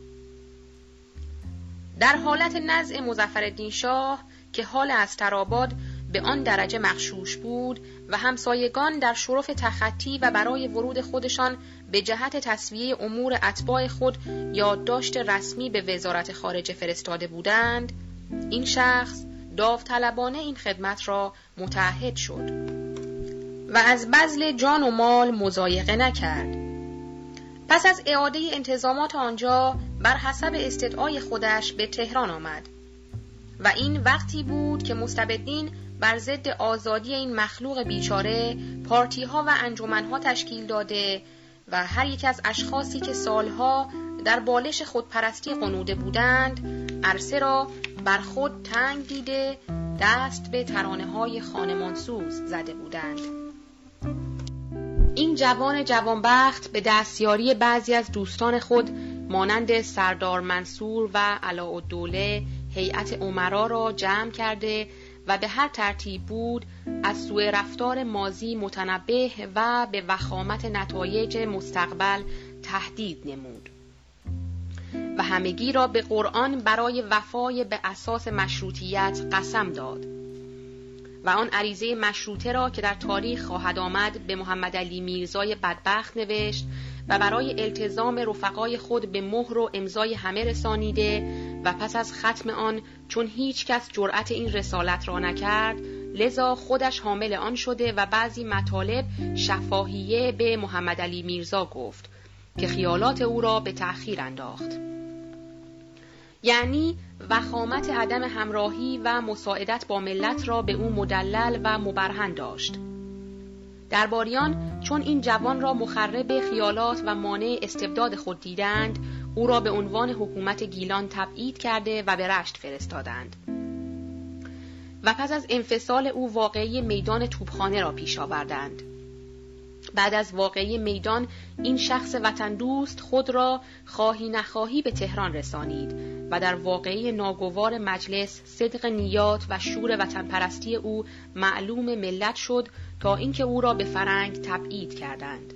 در حالت نزع مظفرالدین شاه که حال استرآباد به آن درجه مغشوش بود و همسایگان در شرف تخطی و برای ورود خودشان به جهت تسویه امور اتباع خود یادداشت رسمی به وزارت خارجه فرستاده بودند، این شخص داوطلبانه این خدمت را متعهد شد و از بذل جان و مال مضایقه نکرد. پس از اعاده انتظامات آنجا بر حسب استدعای خودش به تهران آمد و این وقتی بود که مستبدین بر ضد آزادی این مخلوق بیچاره پارتی‌ها و انجمن‌ها تشکیل داده و هر یک از اشخاصی که سالها در بالش خودپرستی قنوده بودند عرصه را بر خود تنگ دیده دست به ترانه‌های خانمانسوز زده بودند. این جوانبخت به دستیاری بعضی از دوستان خود مانند سردار منصور و علاءالدوله هیئت امرا را جمع کرده و به هر ترتیب بود از سوء رفتار ماضی متنبه و به وخامت نتایج مستقبل تهدید نمود. و همگی را به قرآن برای وفای به اساس مشروطیت قسم داد و آن عریضه مشروطه را که در تاریخ خواهد آمد به محمد علی میرزای بدبخت نوشت و برای التزام رفقای خود به مهر و امضای همه رسانیده و پس از ختم آن چون هیچ کس جرأت این رسالت را نکرد لذا خودش حامل آن شده و بعضی مطالب شفاهیه به محمد علی میرزا گفت که خیالات او را به تأخیر انداخت. یعنی وخامت عدم همراهی و مساعدت با ملت را به او مدلل و مبرهن داشت. درباریان چون این جوان را مخرب خیالات و مانع استبداد خود دیدند او را به عنوان حکومت گیلان تبعید کرده و به رشت فرستادند و پس از انفصال او واقعه میدان توپخانه را پیش آوردند. بعد از واقعه میدان این شخص وطن دوست خود را خواهی نخواهی به تهران رسانید و در واقعه ناگوار مجلس صدق نیات و شور وطن پرستی او معلوم ملت شد تا اینکه او را به فرنگ تبعید کردند.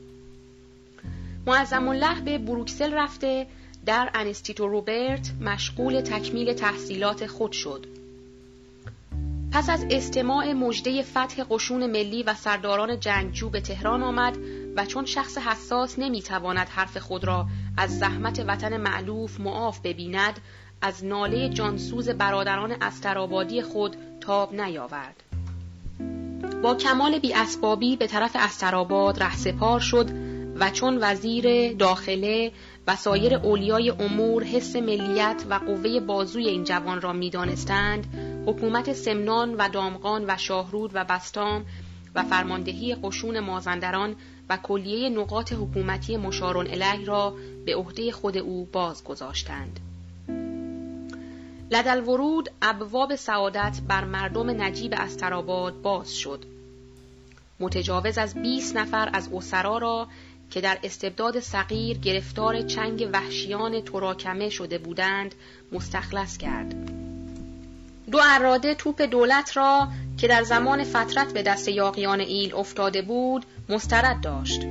معظم الله به بروکسل رفته در انستیتو روبرت مشغول تکمیل تحصیلات خود شد. پس از استماع مژده فتح قشون ملی و سرداران جنگجو به تهران آمد و چون شخص حساس نمیتواند حرف خود را از زحمت وطن مألوف معاف ببیند از ناله جانسوز برادران استرآبادی خود تاب نیاورد. با کمال بی اسبابی به طرف استرآباد رهسپار شد و چون وزیر داخله و سایر اولیای امور حس ملیت و قوه بازوی این جوان را می‌دانستند، حکومت سمنان و دامغان و شاهرود و بستام و فرماندهی قشون مازندران و کلیه نقاط حکومتی مشارون الیه را به عهده خود او باز گذاشتند. لدالورود ابواب سعادت بر مردم نجیب استرآباد باز شد. متجاوز از 20 نفر از اسرا را که در استبداد صغیر گرفتار چنگ وحشیان تراکمه شده بودند مستخلص کرد. 2 اراده توپ دولت را که در زمان فترت به دست یاغیان ایل افتاده بود مسترد داشت.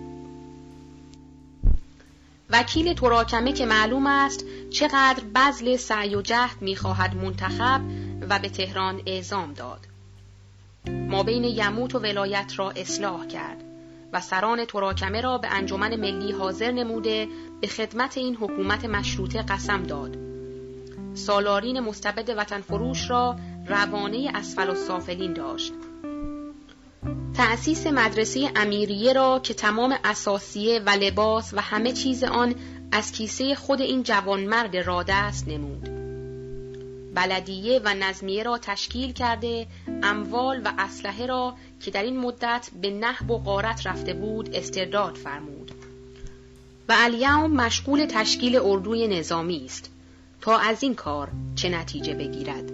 وکیل تراکمه که معلوم است چقدر بذل سعی و جهد می‌خواهد منتخب و به تهران اعزام داد. ما بین یموت و ولایت را اصلاح کرد و سران تراکمه را به انجمن ملی حاضر نموده به خدمت این حکومت مشروطه قسم داد. سالارین مستبد وطن فروش را روانه اسفل السافلین داشت. تأسیس مدرسه امیریه را که تمام اساسیه و لباس و همه چیز آن از کیسه خود این جوانمرد رادست نمود. بلدیه و نظمیه را تشکیل کرده اموال و اسلحه را که در این مدت به نهب و غارت رفته بود استرداد فرمود و الیوم مشغول تشکیل اردوی نظامی است تا از این کار چه نتیجه بگیرد.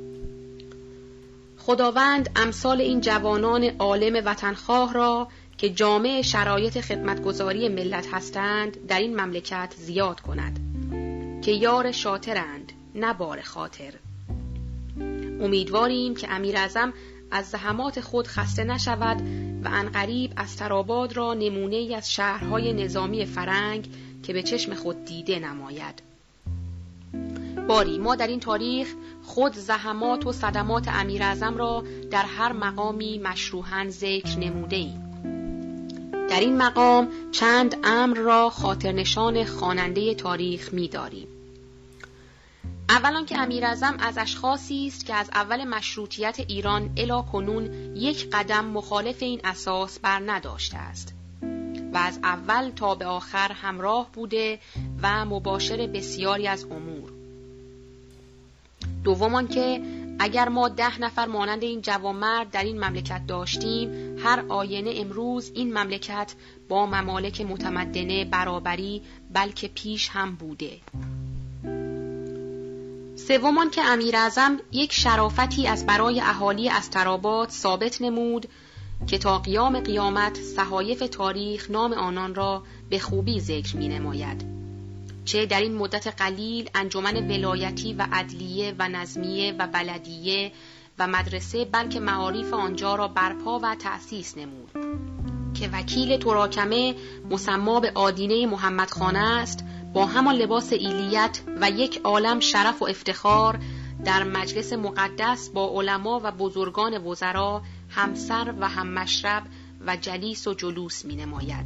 خداوند امثال این جوانان عالم وطنخواه را که جامع شرایط خدمتگزاری ملت هستند در این مملکت زیاد کند که یار شاطرند نه بار خاطر. امیدواریم که امیراعظم از زحمات خود خسته نشود و عنقریب استرآباد را نمونه‌ای از شهرهای نظامی فرنگ که به چشم خود دیده نماید. باری ما در این تاریخ خود زحمات و صدمات امیراعظم را در هر مقامی مشروحاً ذکر نموده‌ایم. در این مقام چند امر را خاطرنشان خواننده تاریخ می‌داریم. اولا که امیراعظم از اشخاصی است که از اول مشروطیت ایران الی کنون یک قدم مخالف این اساس بر نداشته است و از اول تا به آخر همراه بوده و مباشر بسیاری از امور. دومان که اگر ما 10 نفر مانند این جوانمرد در این مملکت داشتیم، هر آینه امروز این مملکت با ممالک متمدنه برابری بلکه پیش هم بوده. سومان که امیراعظم یک شرافتی از برای اهالی استرآباد ثابت نمود که تا قیام قیامت صحایف تاریخ نام آنان را به خوبی ذکر می نماید. چه در این مدت قلیل انجمن ولایتی و عدلیه و نظمیه و بلدیه و مدرسه بلکه معارف آنجا را برپا و تأسیس نمود که وکیل تراکمه مسما به آدینه محمد خانه است با همان لباس ایلیت و یک عالم شرف و افتخار در مجلس مقدس با علما و بزرگان وزرا همسر و هم مشرب و جلیس و جلوس می نماید.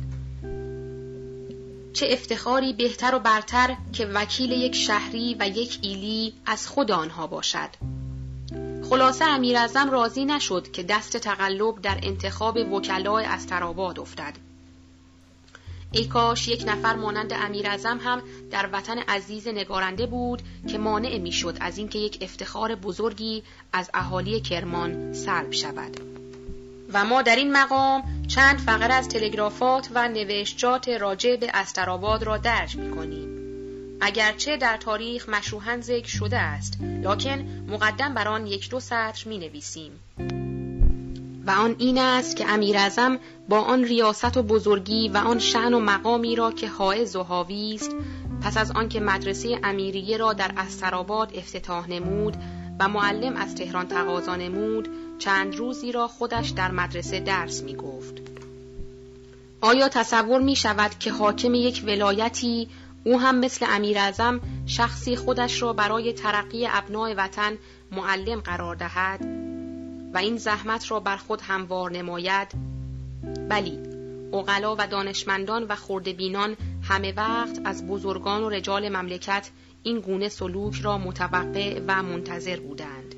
چه افتخاری بهتر و برتر که وکیل یک شهری و یک ایلی از خود آنها باشد. خلاصه امیراعظم راضی نشد که دست تقلب در انتخاب وکلای استرآباد افتد. ای کاش یک نفر مانند امیراعظم هم در وطن عزیز نگارنده بود که مانع میشد از اینکه یک افتخار بزرگی از اهالی کرمان سلب شود. و ما در این مقام چند فقره از تلگرافات و نوشتجات راجع به استرآباد را درج می‌کنیم. اگرچه در تاریخ مشروحاً ذکر شده است، لکن مقدم بر آن 1-2 سطر می‌نویسیم. و آن این است که امیراعظم با آن ریاست و بزرگی و آن شأن و مقامی را که حائز و حاوی است، پس از آن که مدرسه امیریه را در استرآباد افتتاح نمود و معلم از تهران تقاضا نمود، چند روزی را خودش در مدرسه درس می گفت. آیا تصور می شود که حاکم یک ولایتی، او هم مثل امیراعظم، شخصی خودش را برای ترقی ابنای وطن معلم قرار دهد و این زحمت را بر خود هموار نماید؟ بلی، عقلا و دانشمندان و خرده‌بینان همه وقت از بزرگان و رجال مملکت این گونه سلوک را متوقع و منتظر بودند.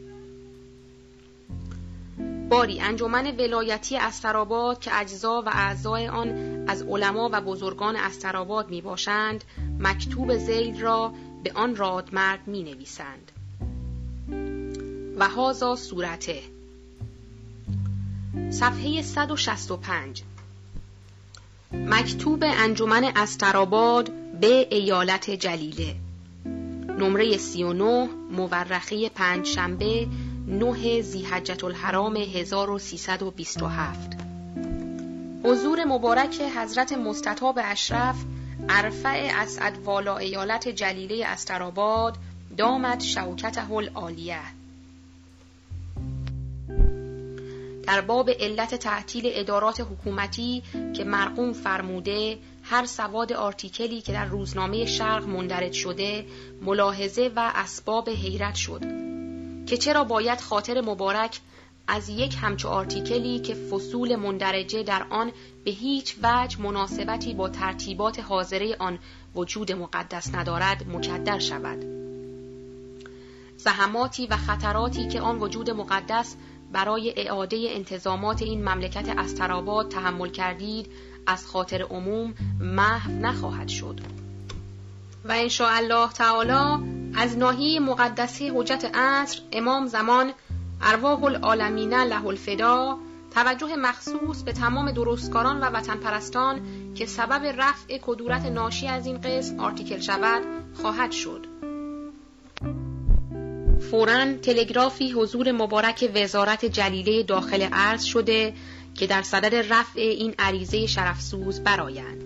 باری انجمن ولایتی استرآباد که اجزا و اعضای آن از علما و بزرگان استرآباد می باشند، مکتوب ذیل را به آن رادمرد می نویسند. و هذا صورته. صفحه 165. مکتوب انجمن استرآباد به ایالت جلیله، نمره 39، مورخه 5 شنبه 9 ذی‌حجة الحرام 1327. حضور مبارک حضرت مستطاب اشرف ارفع اسعد والا ایالت جلیله استرآباد دامت شوکته العالیه، در باب علت تعطیل ادارات حکومتی که مرقوم فرموده هر سواد آرتیکلی که در روزنامه شرق مندرج شده ملاحظه و اسباب حیرت شد که چرا باید خاطر مبارک از یک همچو آرتیکلی که فصول مندرجه در آن به هیچ وجه مناسبتی با ترتیبات حاضره آن وجود مقدس ندارد مکدر شود. زحماتی و خطراتی که آن وجود مقدس برای اعاده انتظامات این مملکت استرآباد تحمل کردید از خاطر عموم محو نخواهد شد و ان شاء الله تعالی از ناحیه مقدسه حجت عصر امام زمان ارواح العالمین له الفدا توجه مخصوص به تمام درستکاران و وطن پرستان که سبب رفع کدورت ناشی از این قسم آرتیکل شود خواهد شد. فوراً تلگرافی حضور مبارک وزارت جلیله داخل عرض شده که در صدد رفع این عریضه شرفسوز برآیند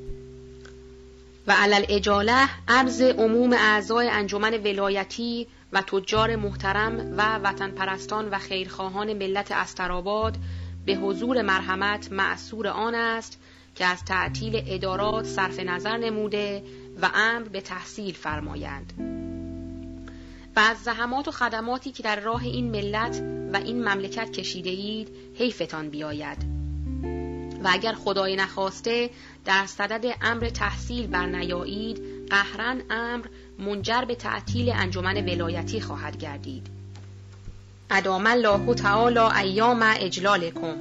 و علل اجاله عرض عموم اعضای انجمن ولایتی و تجار محترم و وطن پرستان و خیرخواهان ملت استرآباد به حضور مرحمت مأثور آن است که از تعطیل ادارات صرف نظر نموده و امر به تحصیل فرمایند و از زحمات و خدماتی که در راه این ملت و این مملکت کشیده اید حیفتان بیاید و اگر خدای نخواسته در صدد امر تحصیل برنیایید قهراً امر منجر به تعطیل انجمن ولایتی خواهد گردید. ادام الله تعالی ایام اجلالکم.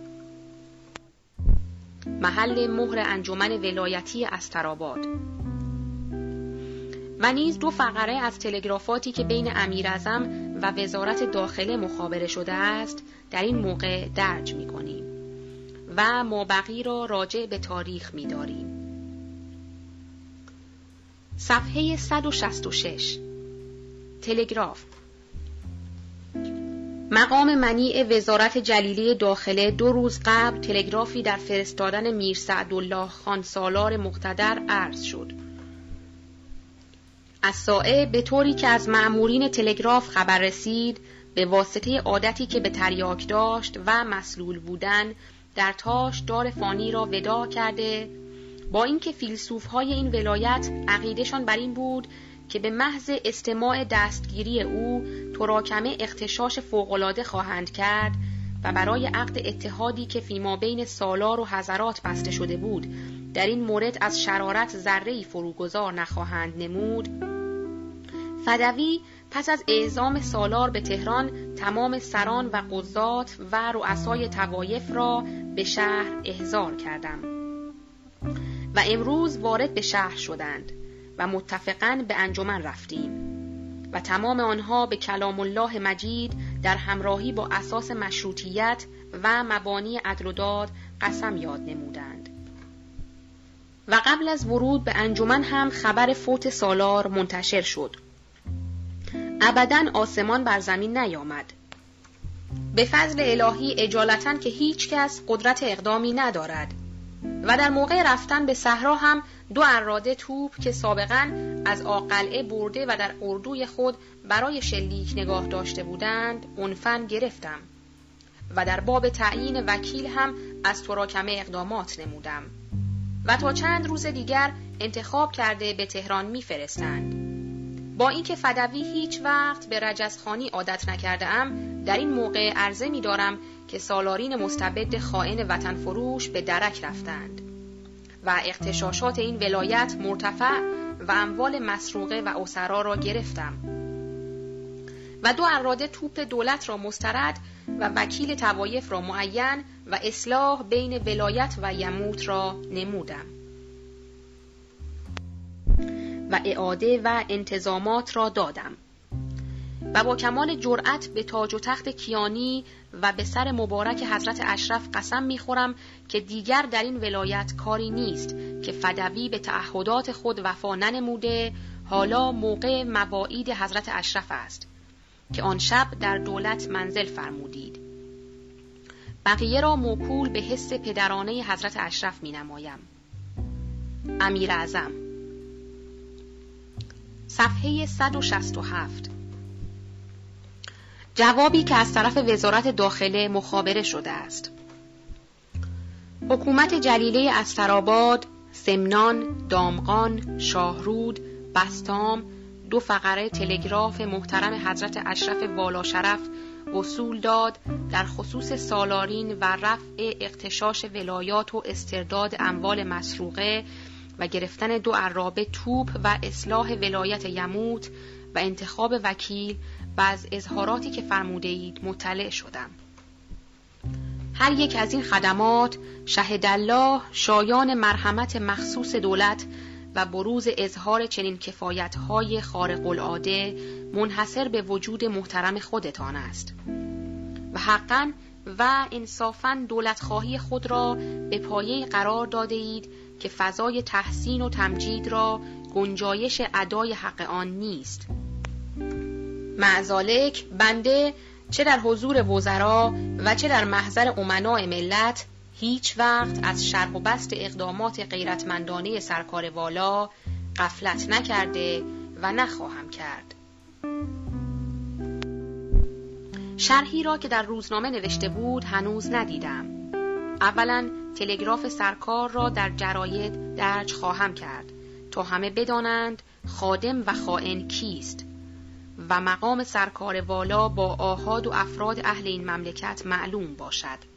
محل مهر انجمن ولایتی استرآباد. و نیز 2 فقره از تلگرافاتی که بین امیراعظم و وزارت داخله مخابره شده است در این موقع درج می‌کنیم و مابقی را راجع به تاریخ می‌داریم. صفحه 166. تلگراف. مقام منیع وزارت جلیله داخله 2 روز قبل تلگرافی در فرستادن میر سعدالله خان سالار مقتدر عرض شد. الساعه به طوری که از مأمورین تلگراف خبر رسید به واسطه عادتی که به تریاک داشت و مسلول بودن در تاش دار فانی را وداع کرده با اینکه فیلسوف‌های این ولایت عقیدهشان بر این بود که به محض استماع دستگیری او تراکمه اغتشاش فوق‌العاده خواهند کرد و برای عقد اتحادی که فیما بین سالار و حضرات بسته شده بود در این مورد از شرارت ذره‌ای فروگذار نخواهند نمود، فدوی پس از اعزام سالار به تهران تمام سران و قضات و رؤسای طوایف را به شهر احضار کردم و امروز وارد به شهر شدند و متفقاً به انجمن رفتیم و تمام آنها به کلام الله مجید در همراهی با اساس مشروطیت و مبانی عدل و داد قسم یاد نمودند. و قبل از ورود به انجمن هم خبر فوت سالار منتشر شد. ابداً آسمان بر زمین نیامد. به فضل الهی اجالتاً که هیچ کس قدرت اقدامی ندارد و در موقع رفتن به صحرا هم 2 اراده توپ که سابقاً از آقلعه برده و در اردوی خود برای شلیک نگاه داشته بودند عنفاً گرفتم و در باب تعیین وکیل هم از تراکمه اقدامات نمودم و تا چند روز دیگر انتخاب کرده به تهران می‌فرستند. با اینکه فدوی هیچ وقت به رجزخوانی عادت نکرده ام، در این موقع عرضه می دارم که سالارین مستبد خائن وطن فروش به درک رفتند و اغتشاشات این ولایت مرتفع و اموال مسروقه و اسرا را گرفتم و 2 اراده توپ دولت را مسترد و وکیل طوایف را معین و اصلاح بین ولایت و یموت را نمودم و اعاده و انتظامات را دادم و با کمال جرأت به تاج و تخت کیانی و به سر مبارک حضرت اشرف قسم می‌خورم که دیگر در این ولایت کاری نیست که فدوی به تعهدات خود وفا ننموده. حالا موقع مواعید حضرت اشرف است که آن شب در دولت منزل فرمودید. بقیه را موکول به حس پدرانه حضرت اشرف می‌نمایم. امیر اعظم. صفحه 167. جوابی که از طرف وزارت داخله مخابره شده است. حکومت جلیله استرآباد، سمنان، دامغان، شاهرود، بسطام 2 فقره تلگراف محترم حضرت اشرف والاشرف وصول داد در خصوص سالارین و رفع اغتشاش ولایات و استرداد اموال مسروقه و گرفتن 2 عرابه توپ و اصلاح ولایت یموت و انتخاب وکیل و از اظهاراتی که فرموده اید مطلع شدم. هر یک از این خدمات شهد الله شایان مرحمت مخصوص دولت و بروز اظهار چنین کفایت‌های خارق العاده منحصر به وجود محترم خودتان است و حقاً و انصافاً دولتخواهی خود را به پایه قرار داده اید که فضای تحسین و تمجید را گنجایش ادای حق آن نیست. معذالک بنده چه در حضور وزرا و چه در محضر امناء ملت هیچ وقت از شرح و بسط اقدامات غیرتمندانه سرکار والا غفلت نکرده و نخواهم کرد. شرحی را که در روزنامه نوشته بود هنوز ندیدم. اولا تلگراف سرکار را در جراید درج خواهم کرد تا همه بدانند خادم و خائن کیست و مقام سرکار والا با آحاد و افراد اهل این مملکت معلوم باشد.